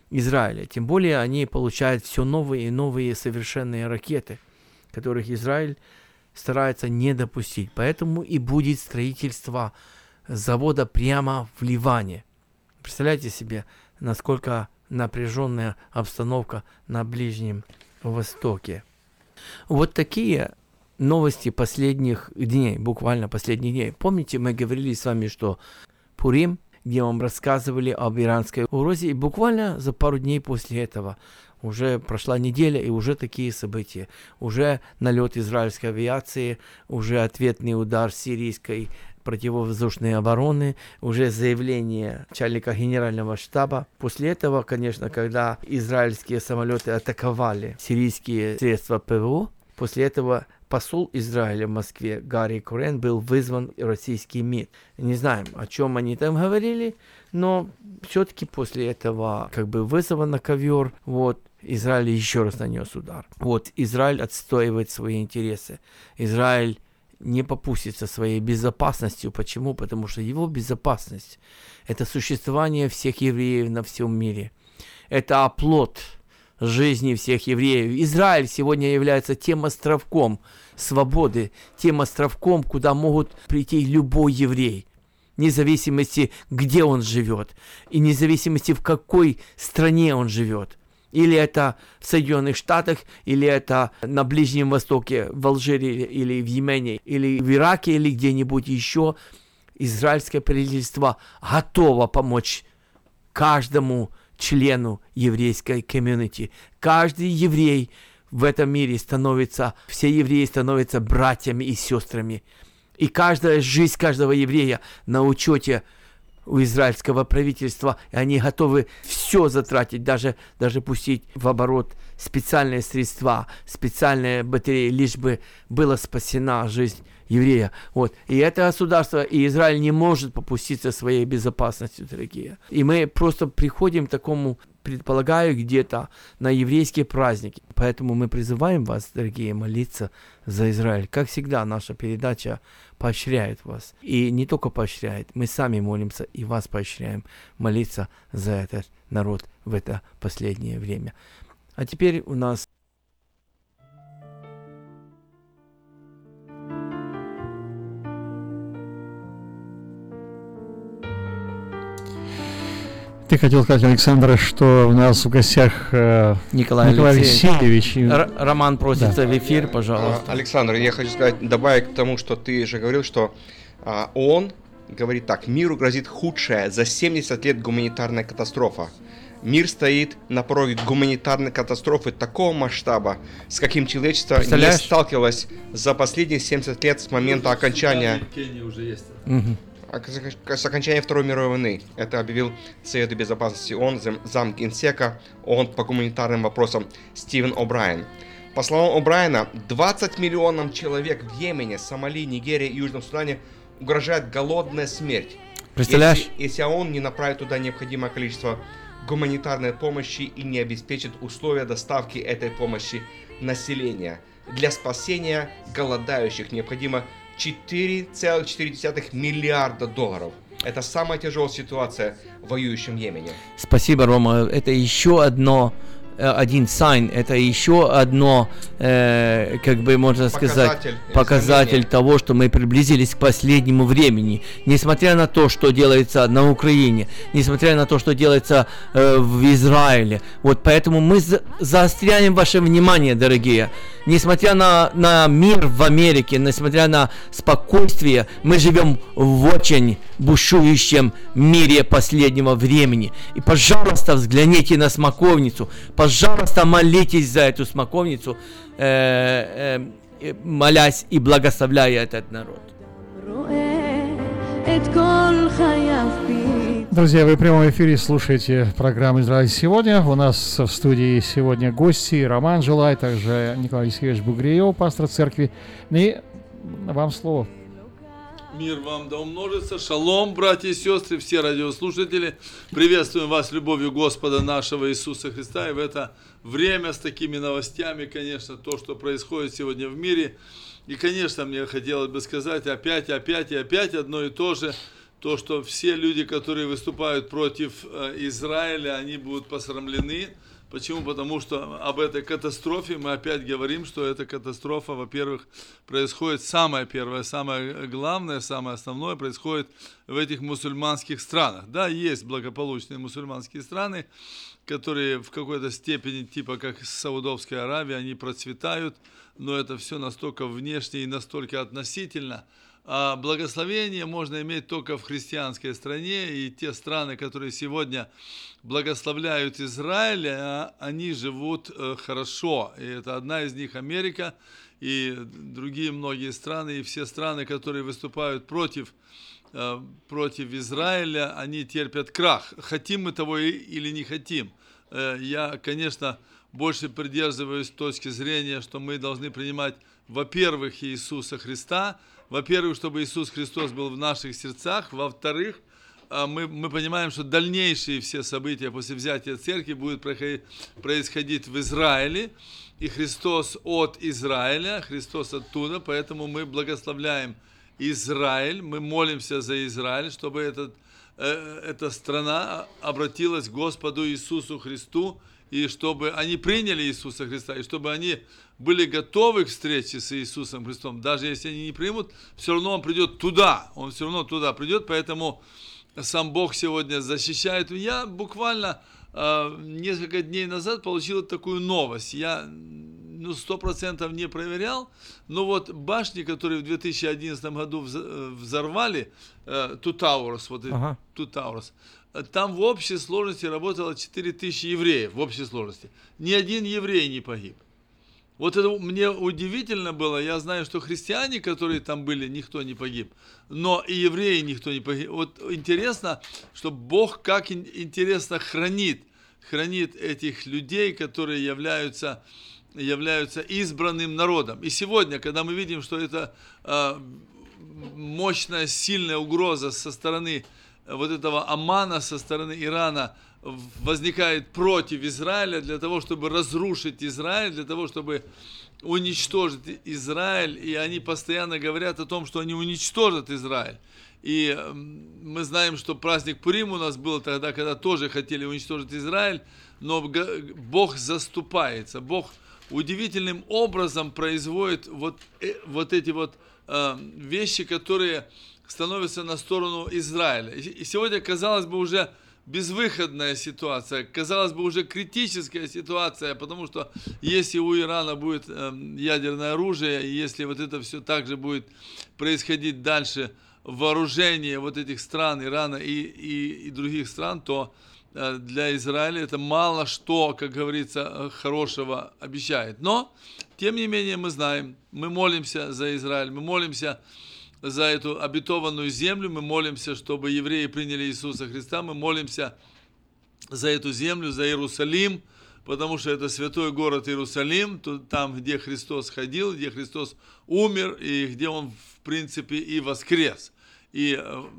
[SPEAKER 16] Израиля. Тем более они получают все новые и новые совершенные ракеты, которых Израиль старается не допустить. Поэтому и будет строительство завода прямо в Ливане. Представляете себе, насколько напряженная обстановка на Ближнем Востоке. Вот такие новости последних дней, буквально последних дней. Помните, мы говорили с вами, что Пурим, где вам рассказывали об иранской угрозе, и буквально за пару дней после этого уже прошла неделя, и уже такие события. Уже налет израильской авиации, уже ответный удар сирийской противовоздушной обороны, уже заявление начальника генерального штаба. После этого, конечно, когда израильские самолеты атаковали сирийские средства ПВО, после этого посол Израиля в Москве Гарри Корен был вызван в российский МИД. Не знаем, о чем они там говорили, но все-таки после этого как бы вызова на ковер, вот, Израиль еще раз нанес удар. Вот, Израиль отстаивает свои интересы. Израиль не попустится своей безопасностью. Почему? Потому что его безопасность – это существование всех евреев на всем мире. Это оплот жизни всех евреев. Израиль сегодня является тем островком свободы, тем островком, куда могут прийти любой еврей, вне зависимости, где он живет, и вне зависимости, в какой стране он живет. Или это в Соединенных Штатах, или это на Ближнем Востоке, в Алжире, или в Йемене, или в Ираке, или где-нибудь еще. Израильское правительство готово помочь каждому члену еврейской комьюнити. Каждый еврей в этом мире становится, все евреи становятся братьями и сестрами. И каждая жизнь каждого еврея на учете у израильского правительства, и они готовы все затратить, даже, даже пустить в оборот специальные средства, специальные батареи, лишь бы была спасена жизнь еврея. Вот. И это государство, и Израиль не может попуститься своей безопасностью, дорогие. И мы просто приходим к такому, предполагаю, где-то на еврейские праздники. Поэтому мы призываем вас, дорогие, молиться за Израиль. Как всегда, наша передача поощряет вас. И не только поощряет, мы сами молимся и вас поощряем молиться за этот народ в это последнее время. А теперь у нас...
[SPEAKER 15] Ты хотел сказать, Александр, что у нас в гостях э,
[SPEAKER 16] Николай,
[SPEAKER 15] Николай
[SPEAKER 16] Алексеевич.
[SPEAKER 15] Алексеевич.
[SPEAKER 16] Р- Роман просится
[SPEAKER 15] да.
[SPEAKER 16] в эфир, пожалуйста.
[SPEAKER 17] А, Александр, я хочу сказать, добавить к тому, что ты же говорил, что а, ООН говорит так: миру грозит худшая за семьдесят лет гуманитарная катастрофа. Мир стоит на пороге гуманитарной катастрофы такого масштаба, с каким человечество не сталкивалось за последние семьдесят лет с момента окончания...
[SPEAKER 18] уже есть.
[SPEAKER 16] Угу.
[SPEAKER 17] С окончания Второй мировой войны. Это объявил Совет Безопасности ООН, зам Генсека ООН по гуманитарным вопросам Стивен О'Брайен. По словам О'Брайена, двадцать миллионам человек в Йемене, Сомали, Нигерии и Южном Судане угрожает голодная смерть.
[SPEAKER 16] Представляешь?
[SPEAKER 17] Если, если ООН не направит туда необходимое количество гуманитарной помощи и не обеспечит условия доставки этой помощи населения. Для спасения голодающих необходимо четыре целых четыре десятых миллиарда долларов. Это самая тяжелая ситуация в воюющем Йемене.
[SPEAKER 16] Спасибо, Рома. Это еще одно, один сайн, это еще одно, э, как бы можно сказать,
[SPEAKER 17] показатель,
[SPEAKER 16] показатель того, что мы приблизились к последнему времени. Несмотря на то, что делается на Украине, несмотря на то, что делается э, в Израиле. Вот поэтому мы за- заостряем ваше внимание, дорогие. Несмотря на, на мир в Америке, несмотря на спокойствие, мы живем в очень бушующем мире последнего времени. И, пожалуйста, взгляните на смоковницу. Пожалуйста, молитесь за эту смоковницу, э, э, молясь и благословляя этот народ.
[SPEAKER 15] Друзья, вы в прямом эфире слушаете программу «Израиль сегодня». У нас в студии сегодня гости Роман Жилай, также Николай Алексеевич Бугриев, пастор церкви. И вам слово.
[SPEAKER 18] Мир вам да умножится. Шалом, братья и сестры, все радиослушатели. Приветствуем вас любовью Господа нашего Иисуса Христа. И в это время с такими новостями, конечно, то, что происходит сегодня в мире. И, конечно, мне хотелось бы сказать опять, опять и опять одно и то же. то, что все люди, которые выступают против Израиля, они будут посрамлены. Почему? Потому что об этой катастрофе мы опять говорим, что эта катастрофа, во-первых, происходит самое первое, самое главное, самое основное происходит в этих мусульманских странах. Да, есть благополучные мусульманские страны, которые в какой-то степени, типа как Саудовская Аравия, они процветают, но это все настолько внешне и настолько относительно. А благословение можно иметь только в христианской стране, и те страны, которые сегодня благословляют Израиль, они живут хорошо. И это одна из них Америка, и другие многие страны, и все страны, которые выступают против, против Израиля, они терпят крах. Хотим мы того или не хотим. Я, конечно, больше придерживаюсь точки зрения, что мы должны принимать, во-первых, Иисуса Христа, во-первых, чтобы Иисус Христос был в наших сердцах, во-вторых, мы, мы понимаем, что дальнейшие все события после взятия церкви будут происходить в Израиле, и Христос от Израиля, Христос оттуда, поэтому мы благословляем Израиль, мы молимся за Израиль, чтобы этот, э, эта страна обратилась к Господу Иисусу Христу, и чтобы они приняли Иисуса Христа, и чтобы они были готовы к встрече с Иисусом Христом. Даже если они не примут, все равно Он придет туда, Он все равно туда придет, поэтому сам Бог сегодня защищает. Я буквально э, несколько дней назад получил такую новость. Я ну, сто процентов не проверял, но вот башни, которые в две тысячи одиннадцатом году взорвали, э, Two Towers, вот ага. Two Towers, там в общей сложности работало четыре тысячи евреев, в общей сложности. Ни один еврей не погиб. Вот это мне удивительно было. Я знаю, что христиане, которые там были, никто не погиб. Но и евреи никто не погиб. Вот интересно, что Бог как интересно хранит, хранит этих людей, которые являются, являются избранным народом. И сегодня, когда мы видим, что это э, мощная, сильная угроза со стороны вот этого Амана, со стороны Ирана, возникает против Израиля для того, чтобы разрушить Израиль, для того, чтобы уничтожить Израиль. И они постоянно говорят о том, что они уничтожат Израиль. И мы знаем, что праздник Пурим у нас был тогда, когда тоже хотели уничтожить Израиль, но Бог заступается. Бог удивительным образом производит вот, вот эти вот э, вещи, которые становятся на сторону Израиля. И сегодня, казалось бы, уже безвыходная ситуация, казалось бы, уже критическая ситуация, потому что если у Ирана будет э, ядерное оружие, и если вот это все также будет происходить дальше, вооружение вот этих стран, Ирана и, и, и других стран, то э, для Израиля это мало что, как говорится, хорошего обещает. Но, тем не менее, мы знаем, мы молимся за Израиль, мы молимся за эту обетованную землю, мы молимся, чтобы евреи приняли Иисуса Христа, мы молимся за эту землю, за Иерусалим, потому что это святой город Иерусалим, там, где Христос ходил, где Христос умер, и где Он, в принципе, и воскрес. И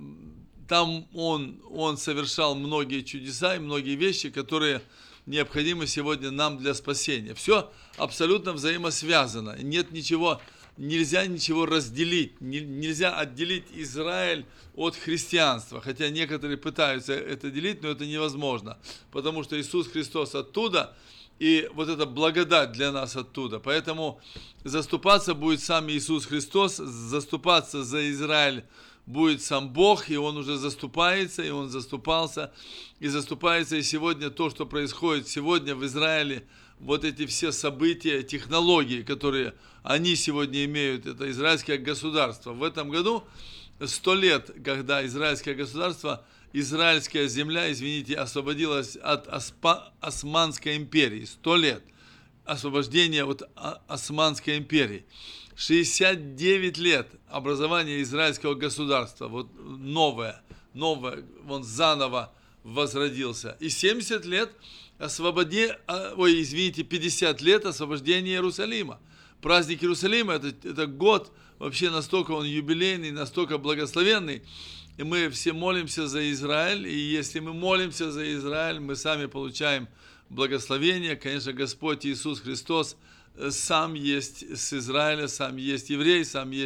[SPEAKER 18] там Он, он совершал многие чудеса и многие вещи, которые необходимы сегодня нам для спасения. Все абсолютно взаимосвязано, нет ничего. Нельзя ничего разделить, нельзя отделить Израиль от христианства, хотя некоторые пытаются это делить, но это невозможно, потому что Иисус Христос оттуда, и вот эта благодать для нас оттуда, поэтому заступаться будет сам Иисус Христос, заступаться за Израиль будет сам Бог, и Он уже заступается, и Он заступался, и заступается, и сегодня то, что происходит сегодня в Израиле, вот эти все события, технологии, которые они сегодня имеют, это израильское государство. В этом году сто лет, когда израильское государство, израильская земля, извините, освободилась от Оспа, Османской империи. Сто лет освобождения от Османской империи. шестьдесят девять лет образования израильского государства, вот новое, новое, он заново возродился. И семьдесят лет освободе, ой, извините, пятьдесят лет освобождения Иерусалима. Праздник Иерусалима это, это год, вообще настолько он юбилейный, настолько благословенный. И мы все молимся за Израиль, и если мы молимся за Израиль, мы сами получаем благословение. Конечно, Господь Иисус Христос сам есть с Израиля, сам есть еврей, сам есть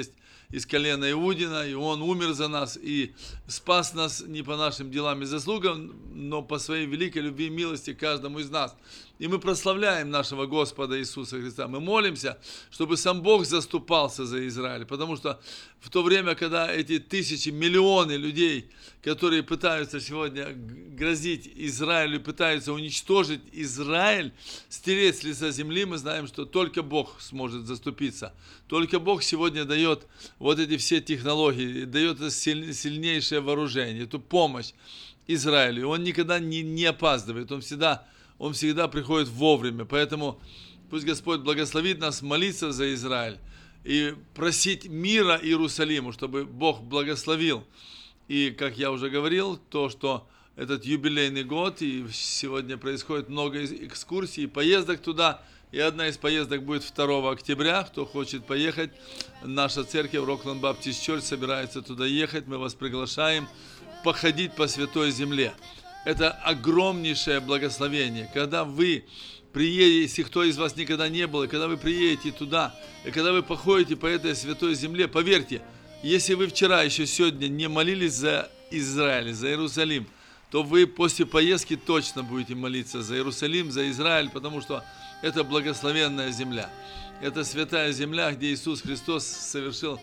[SPEAKER 18] из колена Иудина, и Он умер за нас и спас нас не по нашим делам и заслугам, но по своей великой любви и милости каждому из нас. И мы прославляем нашего Господа Иисуса Христа. Мы молимся, чтобы сам Бог заступался за Израиль, потому что в то время, когда эти тысячи, миллионы людей, которые пытаются сегодня грозить Израилю, пытаются уничтожить Израиль, стереть с лица земли, мы знаем, что только Бог сможет заступиться. Только Бог сегодня дает вот эти все технологии, дает это сильнейшее вооружение, эту помощь Израилю. Он никогда не, не опаздывает, он всегда... Он всегда приходит вовремя, поэтому пусть Господь благословит нас молиться за Израиль и просить мира Иерусалиму, чтобы Бог благословил. И, как я уже говорил, то, что этот юбилейный год, и сегодня происходит много экскурсий, поездок туда, и одна из поездок будет второго октября. Кто хочет поехать, наша церковь Rockland Baptist Church собирается туда ехать, мы вас приглашаем походить по Святой Земле. Это огромнейшее благословение, когда вы приедете, если кто из вас никогда не был, и когда вы приедете туда, и когда вы походите по этой святой земле, поверьте, если вы вчера еще сегодня не молились за Израиль, за Иерусалим, то вы после поездки точно будете молиться за Иерусалим, за Израиль, потому что это благословенная земля. Это святая земля, где Иисус Христос совершил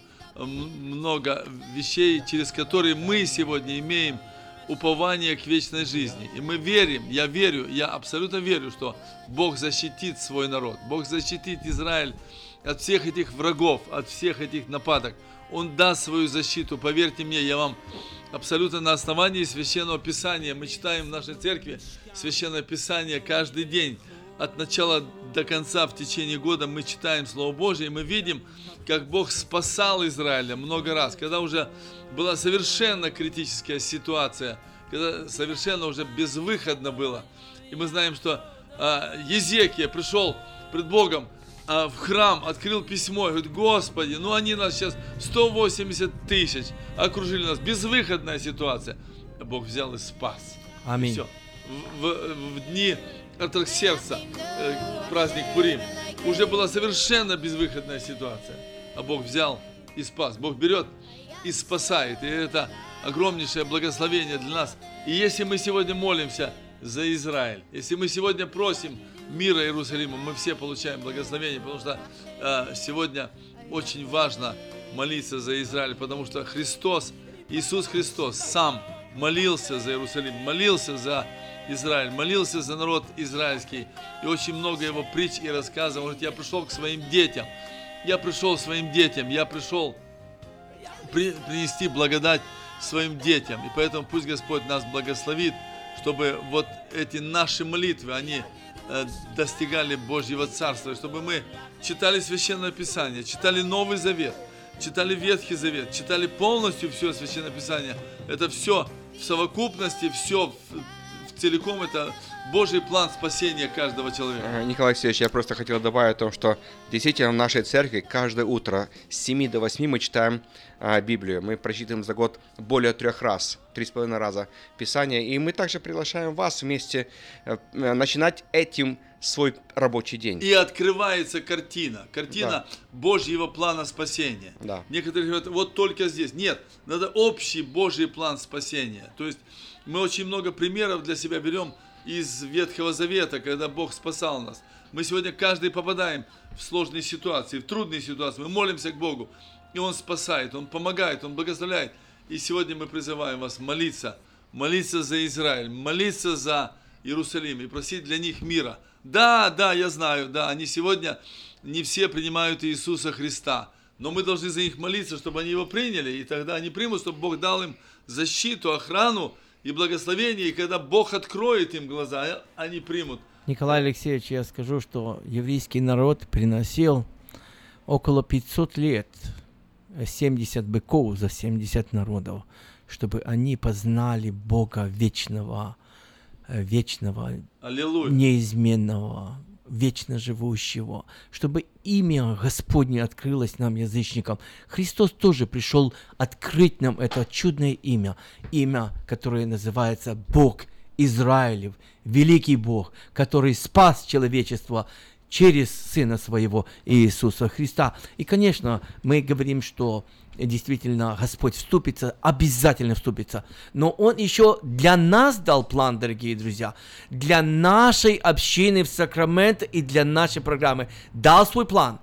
[SPEAKER 18] много вещей, через которые мы сегодня имеем упование к вечной жизни. И мы верим, я верю, я абсолютно верю, что Бог защитит свой народ. Бог защитит Израиль от всех этих врагов, от всех этих нападок. Он даст свою защиту. Поверьте мне, я вам абсолютно на основании Священного Писания. Мы читаем в нашей церкви Священное Писание каждый день. От начала до конца в течение года мы читаем Слово Божие, и мы видим, как Бог спасал Израиля много раз, когда уже была совершенно критическая ситуация, когда совершенно уже безвыходно было. И мы знаем, что а, Езекия пришел пред Богом а, в храм, открыл письмо и говорит: Господи, ну они нас сейчас сто восемьдесят тысяч окружили нас, безвыходная ситуация. Бог взял и спас.
[SPEAKER 16] Аминь.
[SPEAKER 18] Все. В, в, в дни Артаксеркса, э, праздник Пурим, уже была совершенно безвыходная ситуация. А Бог взял и спас. Бог берет и спасает. И это огромнейшее благословение для нас. И если мы сегодня молимся за Израиль, если мы сегодня просим мира Иерусалиму, мы все получаем благословение, потому что э, сегодня очень важно молиться за Израиль, потому что Христос, Иисус Христос сам молился за Иерусалим, молился за Израиль, молился за народ израильский. И очень много его притч и рассказов. Он говорит: я пришел к своим детям. Я пришел своим детям. Я пришел при, принести благодать своим детям. И поэтому пусть Господь нас благословит, чтобы вот эти наши молитвы, они э, достигали Божьего Царства. Чтобы мы читали Священное Писание, читали Новый Завет, читали Ветхий Завет, читали полностью все Священное Писание. Это все в совокупности, все в целиком это Божий план спасения каждого человека.
[SPEAKER 17] Николай Алексеевич, я просто хотел добавить о том, что действительно в нашей церкви каждое утро с семи до восьми мы читаем а, Библию. Мы прочитываем за год более трех раз, три с половиной раза Писание. И мы также приглашаем вас вместе а, начинать этим свой рабочий день.
[SPEAKER 18] И открывается картина. Картина да. Божьего плана спасения. Да. Некоторые говорят: вот только здесь. Нет, надо общий Божий план спасения. То есть мы очень много примеров для себя берем из Ветхого Завета, когда Бог спасал нас. Мы сегодня каждый попадаем в сложные ситуации, в трудные ситуации. Мы молимся к Богу, и Он спасает, Он помогает, Он благословляет. И сегодня мы призываем вас молиться, молиться за Израиль, молиться за Иерусалим и просить для них мира. Да, да, я знаю, да, они сегодня не все принимают Иисуса Христа, но мы должны за них молиться, чтобы они Его приняли, и тогда они примут, чтобы Бог дал им защиту, охрану и благословение, и когда Бог откроет им глаза, они примут.
[SPEAKER 16] Николай Алексеевич, я скажу, что еврейский народ приносил около пятьсот лет, семьдесят быков за семьдесят народов, чтобы они познали Бога вечного, вечного,
[SPEAKER 18] Аллилуйя.
[SPEAKER 16] Неизменного, вечно живущего, чтобы имя Господне открылось нам, язычникам. Христос тоже пришел открыть нам это чудное имя, имя, которое называется Бог Израилев, великий Бог, который спас человечество через Сына Своего Иисуса Христа. И, конечно, мы говорим, что действительно Господь вступится, обязательно вступится. Но Он еще для нас дал план, дорогие друзья, для нашей общины в Сакраменто и для нашей программы. Дал свой план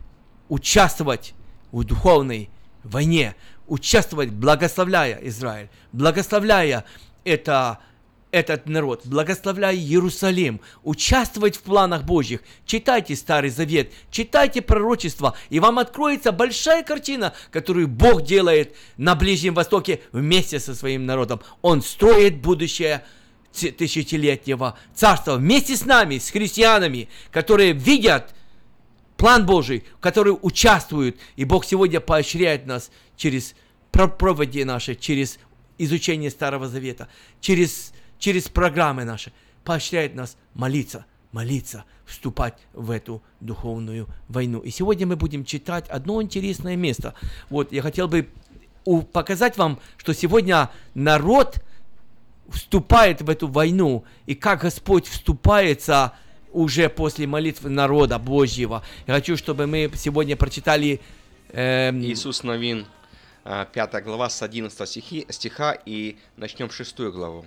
[SPEAKER 16] участвовать в духовной войне, участвовать, благословляя Израиль, благословляя это, этот народ, благословляя Иерусалим, участвовать в планах Божьих. Читайте Старый Завет, читайте пророчества, и вам откроется большая картина, которую Бог делает на Ближнем Востоке вместе со своим народом. Он строит будущее тысячелетнего царства вместе с нами, с христианами, которые видят план Божий, которые участвуют. И Бог сегодня поощряет нас через проповеди наши, через изучение Старого Завета, через, через программы наши. Поощряет нас молиться, молиться, вступать в эту духовную войну. И сегодня мы будем читать одно интересное место. Вот, я хотел бы показать вам, что сегодня народ вступает в эту войну, и как Господь вступается уже после молитвы народа Божьего. Я хочу, чтобы мы сегодня прочитали... Э...
[SPEAKER 17] Иисус Новин, пятая глава, с одиннадцатого стиха, и начнем шестую главу.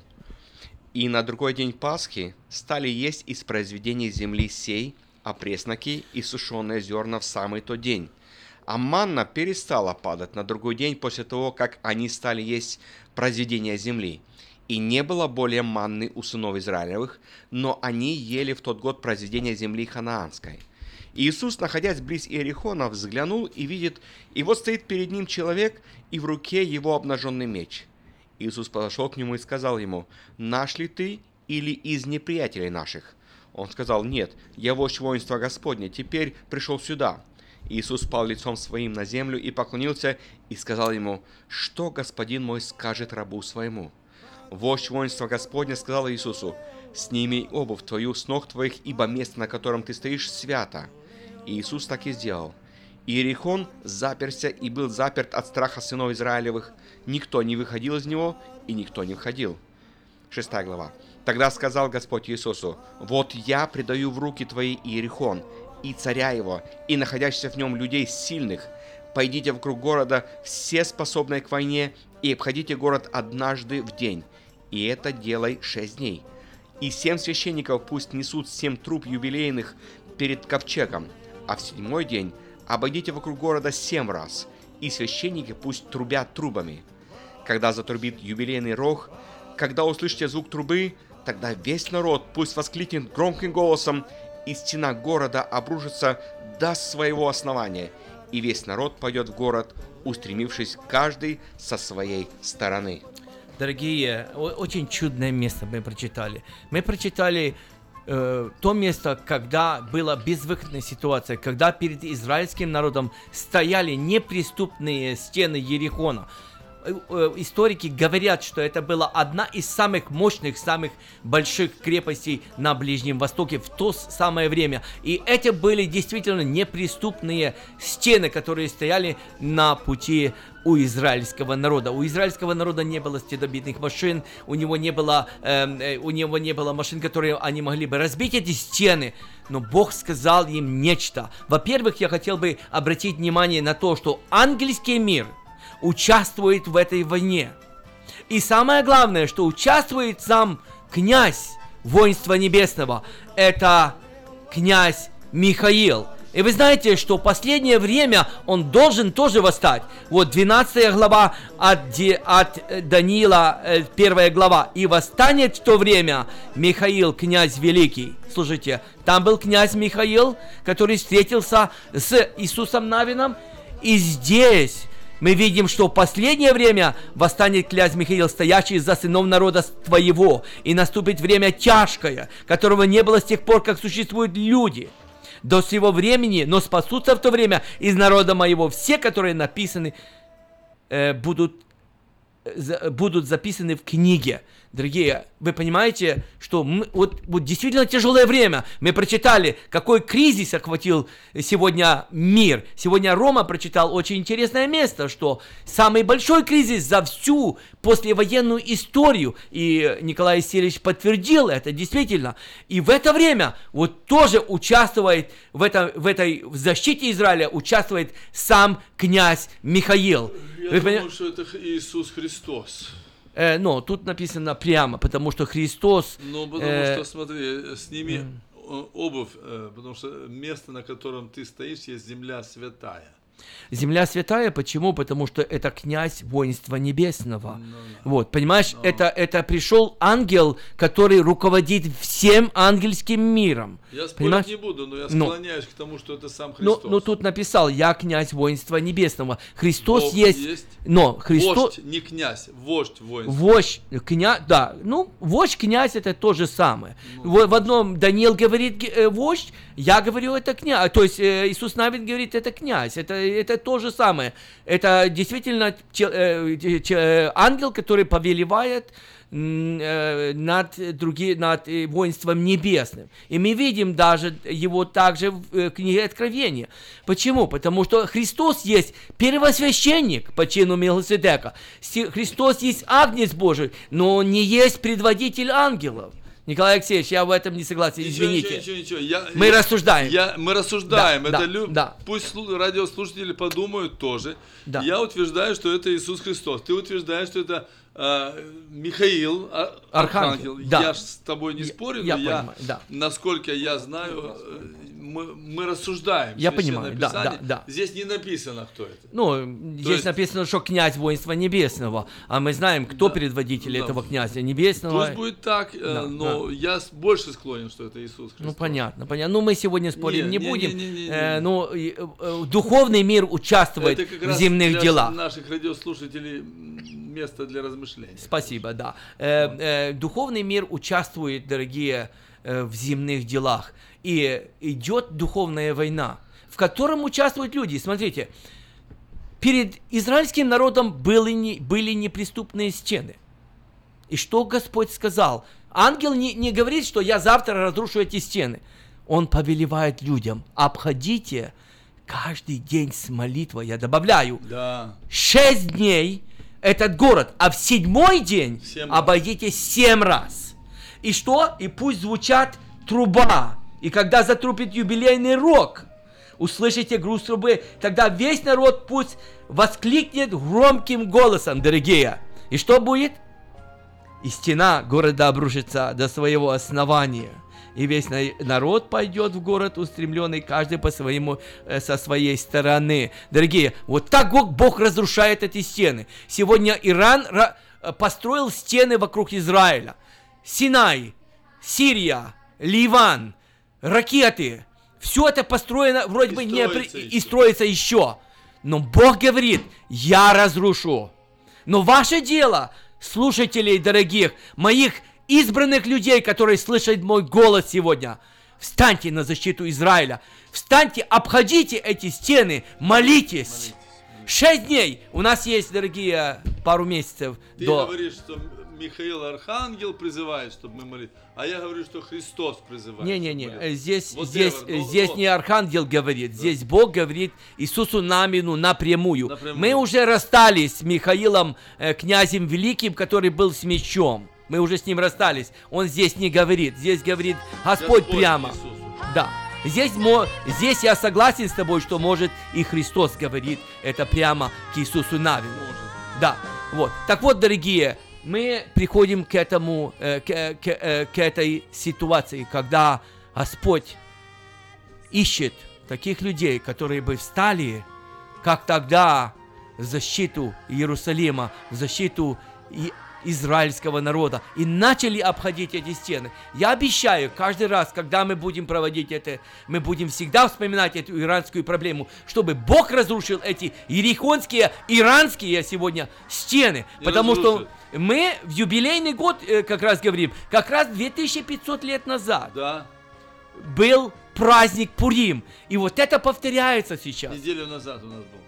[SPEAKER 17] «И на другой день Пасхи стали есть из произведений земли сей, опресноки и сушеные зерна в самый тот день. А манна перестала падать на другой день после того, как они стали есть произведения земли. И не было более манны у сынов Израилевых, но они ели в тот год произведения земли ханаанской. Иисус, находясь близ Иерихона, взглянул и видит, и вот стоит перед ним человек, и в руке его обнаженный меч. Иисус подошел к нему и сказал ему: «Наш ли ты или из неприятелей наших?» Он сказал: «Нет, я вождь воинства Господня, теперь пришел сюда». Иисус пал лицом своим на землю и поклонился, и сказал ему: «Что господин мой скажет рабу своему?» Вождь воинства Господня сказал Иисусу: «Сними обувь твою с ног твоих, ибо место, на котором ты стоишь, свято». И Иисус так и сделал. Иерихон заперся и был заперт от страха сынов Израилевых. Никто не выходил из него, и никто не входил. Шестая глава. Тогда сказал Господь Иисусу: «Вот я предаю в руки твои Иерихон, и царя его, и находящихся в нем людей сильных. Пойдите вокруг города, все способные к войне, и обходите город однажды в день. И это делай шесть дней. И семь священников пусть несут семь труб юбилейных перед ковчегом, а в седьмой день обойдите вокруг города семь раз, и священники пусть трубят трубами. Когда затрубит юбилейный рог, когда услышите звук трубы, тогда весь народ пусть воскликнет громким голосом, и стена города обрушится до своего основания, и весь народ пойдет в город, устремившись каждый со своей стороны».
[SPEAKER 16] Дорогие, очень чудное место мы прочитали. Мы прочитали э, то место, когда была безвыходная ситуация, когда перед израильским народом стояли неприступные стены Иерихона. Историки говорят, что это была одна из самых мощных, самых больших крепостей на Ближнем Востоке в то самое время. И это были действительно неприступные стены, которые стояли на пути у израильского народа. У израильского народа не было стенобитных машин, у него не было, э, у него не было машин, которые они могли бы разбить эти стены. Но Бог сказал им нечто. Во-первых, я хотел бы обратить внимание на то, что ангельский мир участвует в этой войне. И самое главное, что участвует сам князь воинства небесного. Это князь Михаил. И вы знаете, что в последнее время он должен тоже восстать. Вот двенадцатая глава от, Ди, от Даниила, первая глава. «И восстанет в то время Михаил, князь великий». Слушайте, там был князь Михаил, который встретился с Иисусом Навином. И здесь мы видим, что в последнее время восстанет князь Михаил, стоящий за сынов народа твоего, и наступит время тяжкое, которого не было с тех пор, как существуют люди. До сего времени, но спасутся в то время из народа моего все, которые написаны, э, будут, э, будут записаны в книге. Дорогие, вы понимаете, что мы, вот, вот действительно тяжелое время. Мы прочитали, какой кризис охватил сегодня мир. Сегодня Рома прочитал очень интересное место, что самый большой кризис за всю послевоенную историю. И Николай Васильевич подтвердил это действительно. И в это время вот тоже участвует в, этом, в этой в защите Израиля, участвует сам князь Михаил.
[SPEAKER 18] Я
[SPEAKER 16] Вы
[SPEAKER 18] думаю,
[SPEAKER 16] поня...
[SPEAKER 18] что это Иисус Христос.
[SPEAKER 16] Э, но тут написано прямо, потому что Христос...
[SPEAKER 18] Ну, потому
[SPEAKER 16] э...
[SPEAKER 18] что, смотри, сними mm. обувь, э, потому что место, на котором ты стоишь, есть земля святая.
[SPEAKER 16] Земля святая, почему? Потому что это князь воинства небесного. No, no. Вот, понимаешь, no. это, это пришел ангел, который руководит всем ангельским миром.
[SPEAKER 18] Я спорить
[SPEAKER 16] понимаешь?
[SPEAKER 18] не буду, но я склоняюсь но, к тому, что это сам Христос.
[SPEAKER 16] Но, но тут написал, я князь воинства небесного. Христос
[SPEAKER 18] Бог
[SPEAKER 16] есть,
[SPEAKER 18] есть,
[SPEAKER 16] но Христос...
[SPEAKER 18] Вождь, не князь, вождь воинства.
[SPEAKER 16] Вождь, князь, да, ну, вождь, князь, это то же самое. Ну, в, в одном Даниил говорит э, вождь, я говорю, это князь, то есть э, Иисус Навин говорит, это князь, это, это то же самое. Это действительно че, э, че, ангел, который повелевает э, над, други, над э, воинством небесным. И мы видим даже его также в э, книге Откровения. Почему? Потому что Христос есть первосвященник по чину Мелхиседека. Христос есть Агнец Божий, но он не есть предводитель ангелов. Николай Алексеевич, я в этом не согласен,
[SPEAKER 18] ничего,
[SPEAKER 16] извините.
[SPEAKER 18] Ничего, ничего, ничего. Я,
[SPEAKER 16] мы
[SPEAKER 18] я,
[SPEAKER 16] рассуждаем.
[SPEAKER 18] Я, мы рассуждаем.
[SPEAKER 16] Да,
[SPEAKER 18] это
[SPEAKER 16] да,
[SPEAKER 18] лю...
[SPEAKER 16] да.
[SPEAKER 18] Пусть радиослушатели подумают тоже.
[SPEAKER 16] Да.
[SPEAKER 18] Я утверждаю, что это Иисус Христос. Ты утверждаешь, что это э, Михаил, а, Архангел.
[SPEAKER 16] Архангел. Да.
[SPEAKER 18] Я ж с тобой не спорю,
[SPEAKER 16] я,
[SPEAKER 18] но
[SPEAKER 16] я,
[SPEAKER 18] я,
[SPEAKER 16] понимаю, да.
[SPEAKER 18] насколько я знаю, мы, мы рассуждаем.
[SPEAKER 16] Я понимаю, да, да, да.
[SPEAKER 18] Здесь не написано, кто это.
[SPEAKER 16] Ну,
[SPEAKER 18] То
[SPEAKER 16] здесь есть... написано, что князь воинства небесного, а мы знаем, кто да, предводитель да. этого князя небесного.
[SPEAKER 18] Пусть будет так, да, но да. я больше склонен, что это Иисус Христос.
[SPEAKER 16] Ну, понятно, понятно. Ну, мы сегодня спорить не, не, не будем.
[SPEAKER 18] Не, не, не, не.
[SPEAKER 16] Э, ну, э, э, духовный мир участвует в земных
[SPEAKER 18] для
[SPEAKER 16] делах.
[SPEAKER 18] Наших радиослушателей место для размышлений.
[SPEAKER 16] Спасибо, да. Э, э, духовный мир участвует, дорогие, э, в земных делах. И идет духовная война, в котором участвуют люди. Смотрите, перед израильским народом были, не, были неприступные стены. И что Господь сказал? Ангел не, не говорит, что я завтра разрушу эти стены. Он повелевает людям, обходите каждый день с молитвой, я добавляю,
[SPEAKER 18] да.
[SPEAKER 16] шесть дней этот город, а в седьмой день семь обойдите раз. семь раз. И что? И пусть звучат труба. И когда затрубит юбилейный рог, услышите груз трубы, тогда весь народ пусть воскликнет громким голосом, дорогие. И что будет? И стена города обрушится до своего основания. И весь народ пойдет в город устремленный, каждый по своему, со своей стороны. Дорогие, вот так Бог разрушает эти стены. Сегодня Иран построил стены вокруг Израиля. Синай, Сирия, Ливан, ракеты. Все это построено вроде и бы не при... и строится еще. Но Бог говорит, я разрушу. Но ваше дело, слушателей дорогих, моих избранных людей, которые слышат мой голос сегодня, встаньте на защиту Израиля. Встаньте, обходите эти стены, молитесь. Шесть дней. У нас есть, дорогие, пару месяцев.
[SPEAKER 18] Ты
[SPEAKER 16] до...
[SPEAKER 18] говоришь, что Михаил Архангел призывает, чтобы мы молились, а я говорю, что Христос призывает.
[SPEAKER 16] Не-не-не, здесь,
[SPEAKER 18] вот
[SPEAKER 16] здесь,
[SPEAKER 18] Эвер,
[SPEAKER 16] здесь
[SPEAKER 18] вот.
[SPEAKER 16] не Архангел говорит, да. Здесь Бог говорит Иисусу Навину напрямую.
[SPEAKER 18] напрямую.
[SPEAKER 16] Мы уже расстались с Михаилом, э, князем великим, который был с мечом. Мы уже с ним расстались. Он здесь не говорит, здесь говорит Господь, Господь прямо. Иисус. Да. Здесь, здесь я согласен с тобой, что может и Христос говорит это прямо к Иисусу Навину. Может. Да, вот. Так вот, дорогие, мы приходим к этому, э, к, к, э, к этой ситуации, когда Господь ищет таких людей, которые бы встали, как тогда, в защиту Иерусалима, в защиту и израильского народа, и начали обходить эти стены. Я обещаю, каждый раз, когда мы будем проводить это, мы будем всегда вспоминать эту иранскую проблему, чтобы Бог разрушил эти иерихонские, иранские сегодня стены,
[SPEAKER 18] Не
[SPEAKER 16] потому
[SPEAKER 18] разрушит.
[SPEAKER 16] что мы в юбилейный год э, как раз говорим, как раз две тысячи пятьсот лет назад
[SPEAKER 18] да.
[SPEAKER 16] был праздник Пурим, и вот это повторяется сейчас.
[SPEAKER 18] Неделю назад у нас был.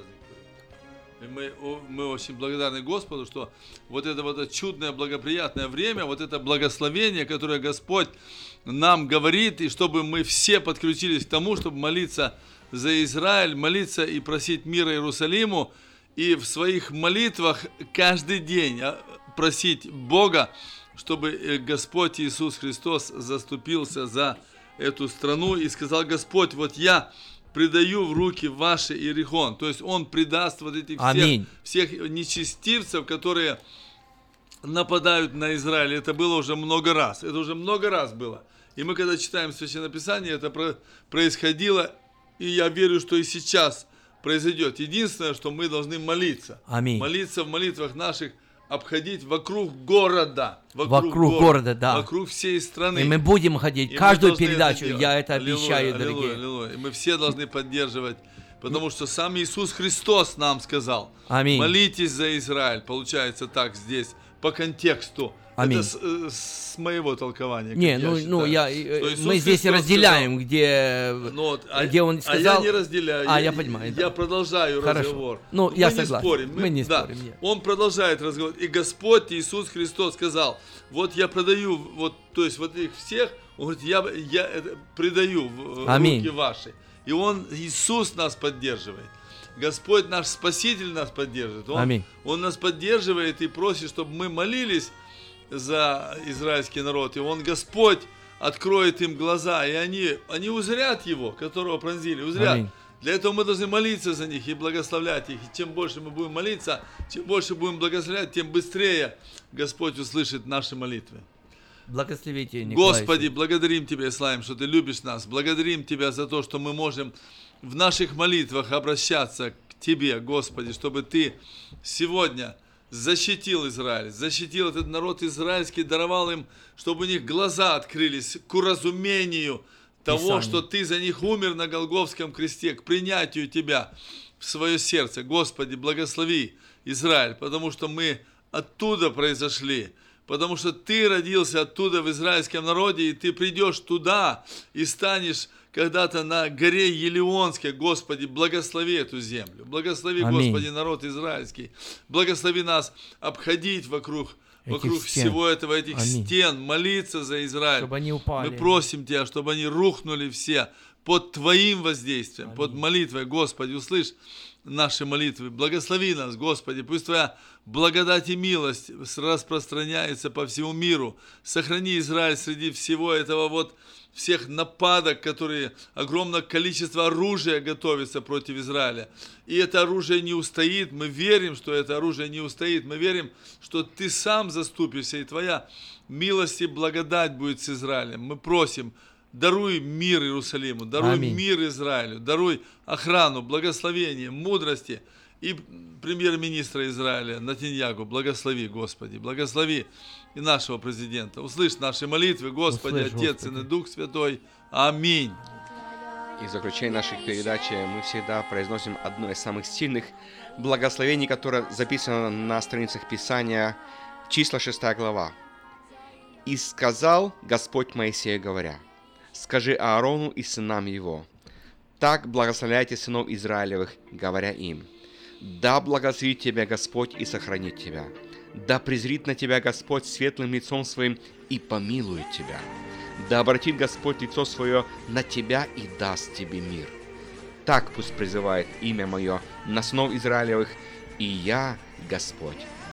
[SPEAKER 18] И мы, мы очень благодарны Господу, что вот это вот чудное, благоприятное время, вот это благословение, которое Господь нам говорит, и чтобы мы все подключились к тому, чтобы молиться за Израиль, молиться и просить мира Иерусалиму, и в своих молитвах каждый день просить Бога, чтобы Господь Иисус Христос заступился за эту страну и сказал: Господь, вот я предаю в руки ваши Иерихон. То есть он предаст вот этих всех, всех нечестивцев, которые нападают на Израиль. Это было уже много раз. Это уже много раз было. И мы, когда читаем Священное Писание, это происходило, и я верю, что и сейчас произойдет. Единственное, что мы должны молиться.
[SPEAKER 16] Аминь.
[SPEAKER 18] Молиться в молитвах наших, обходить вокруг города.
[SPEAKER 16] Вокруг, вокруг города, города, да.
[SPEAKER 18] Вокруг всей страны.
[SPEAKER 16] И мы будем ходить
[SPEAKER 18] и
[SPEAKER 16] каждую передачу,
[SPEAKER 18] это
[SPEAKER 16] я это
[SPEAKER 18] аллилуйя,
[SPEAKER 16] обещаю,
[SPEAKER 18] аллилуйя,
[SPEAKER 16] дорогие.
[SPEAKER 18] Аллилуйя. И мы все должны поддерживать, потому что сам Иисус Христос нам сказал,
[SPEAKER 16] Аминь.
[SPEAKER 18] Молитесь за Израиль. Получается так здесь, по контексту.
[SPEAKER 16] Аминь.
[SPEAKER 18] Это с, с моего толкования.
[SPEAKER 16] Не, ну, я ну я, мы здесь Христос разделяем, сказал, где, ну, вот, а, где он сказал.
[SPEAKER 18] А я не разделяю.
[SPEAKER 16] А,
[SPEAKER 18] я,
[SPEAKER 16] я понимаю.
[SPEAKER 18] Я да. продолжаю
[SPEAKER 16] Хорошо.
[SPEAKER 18] разговор.
[SPEAKER 16] Ну,
[SPEAKER 18] мы
[SPEAKER 16] я
[SPEAKER 18] не
[SPEAKER 16] согласен.
[SPEAKER 18] Спорим.
[SPEAKER 16] Мы, мы не
[SPEAKER 18] да.
[SPEAKER 16] спорим. Нет.
[SPEAKER 18] Он продолжает разговор. И Господь Иисус Христос сказал, вот я продаю, вот, то есть вот их всех, он говорит, я, я это предаю в
[SPEAKER 16] Аминь.
[SPEAKER 18] руки ваши. И он, Иисус нас поддерживает. Господь наш Спаситель нас поддерживает. Он,
[SPEAKER 16] Аминь.
[SPEAKER 18] он нас поддерживает и просит, чтобы мы молились за израильский народ. И он, Господь, откроет им глаза, и они, они узрят Его, которого пронзили, узрят.
[SPEAKER 16] Аминь.
[SPEAKER 18] Для этого мы должны молиться за них и благословлять их. И чем больше мы будем молиться, чем больше будем благословлять, тем быстрее Господь услышит наши молитвы.
[SPEAKER 16] Благословите, Николай.
[SPEAKER 18] Господи, благодарим Тебя и славим, что Ты любишь нас. Благодарим Тебя за то, что мы можем в наших молитвах обращаться к Тебе, Господи, чтобы Ты сегодня защитил Израиль, защитил этот народ израильский, даровал им, чтобы у них глаза открылись к уразумению того,
[SPEAKER 16] Писание.
[SPEAKER 18] Что Ты за них умер на Голгофском кресте, к принятию Тебя в свое сердце. Господи, благослови Израиль, потому что мы оттуда произошли, потому что Ты родился оттуда в израильском народе, и Ты придешь туда и станешь когда-то на горе Елеонской. Господи, благослови эту землю, благослови, Аминь. Господи, народ израильский, благослови нас обходить вокруг, вокруг всего этого, этих Аминь. Стен, молиться за Израиль.
[SPEAKER 16] Чтобы они упали.
[SPEAKER 18] Мы просим Тебя, чтобы они рухнули все под Твоим воздействием, Аминь. Под молитвой. Господи, услышь наши молитвы, благослови нас, Господи, пусть Твоя благодать и милость распространяется по всему миру. Сохрани Израиль среди всего этого вот всех нападок, которые, огромное количество оружия готовится против Израиля. И это оружие не устоит. Мы верим, что это оружие не устоит. Мы верим, что Ты сам заступишься, и Твоя милость и благодать будет с Израилем. Мы просим, даруй мир Иерусалиму, даруй Аминь. Мир Израилю, даруй охрану, благословение, мудрости. И премьер-министра Израиля Нетаньяху, благослови, Господи, благослови и нашего президента. Услышь наши молитвы, Господи, Услышь, Отец, Господи. Сын и Дух Святой. Аминь.
[SPEAKER 17] И в заключение нашей передачи мы всегда произносим одно из самых сильных благословений, которое записано на страницах Писания, числа шестая глава. «И сказал Господь Моисею, говоря, скажи Аарону и сынам его, так благословляйте сынов Израилевых, говоря им, да благословит тебя Господь и сохранит тебя. Да презрит на тебя Господь светлым лицом своим и помилует тебя. Да обратит Господь лицо свое на тебя и даст тебе мир. Так пусть призывает имя мое на сынов Израилевых, и я, Господь,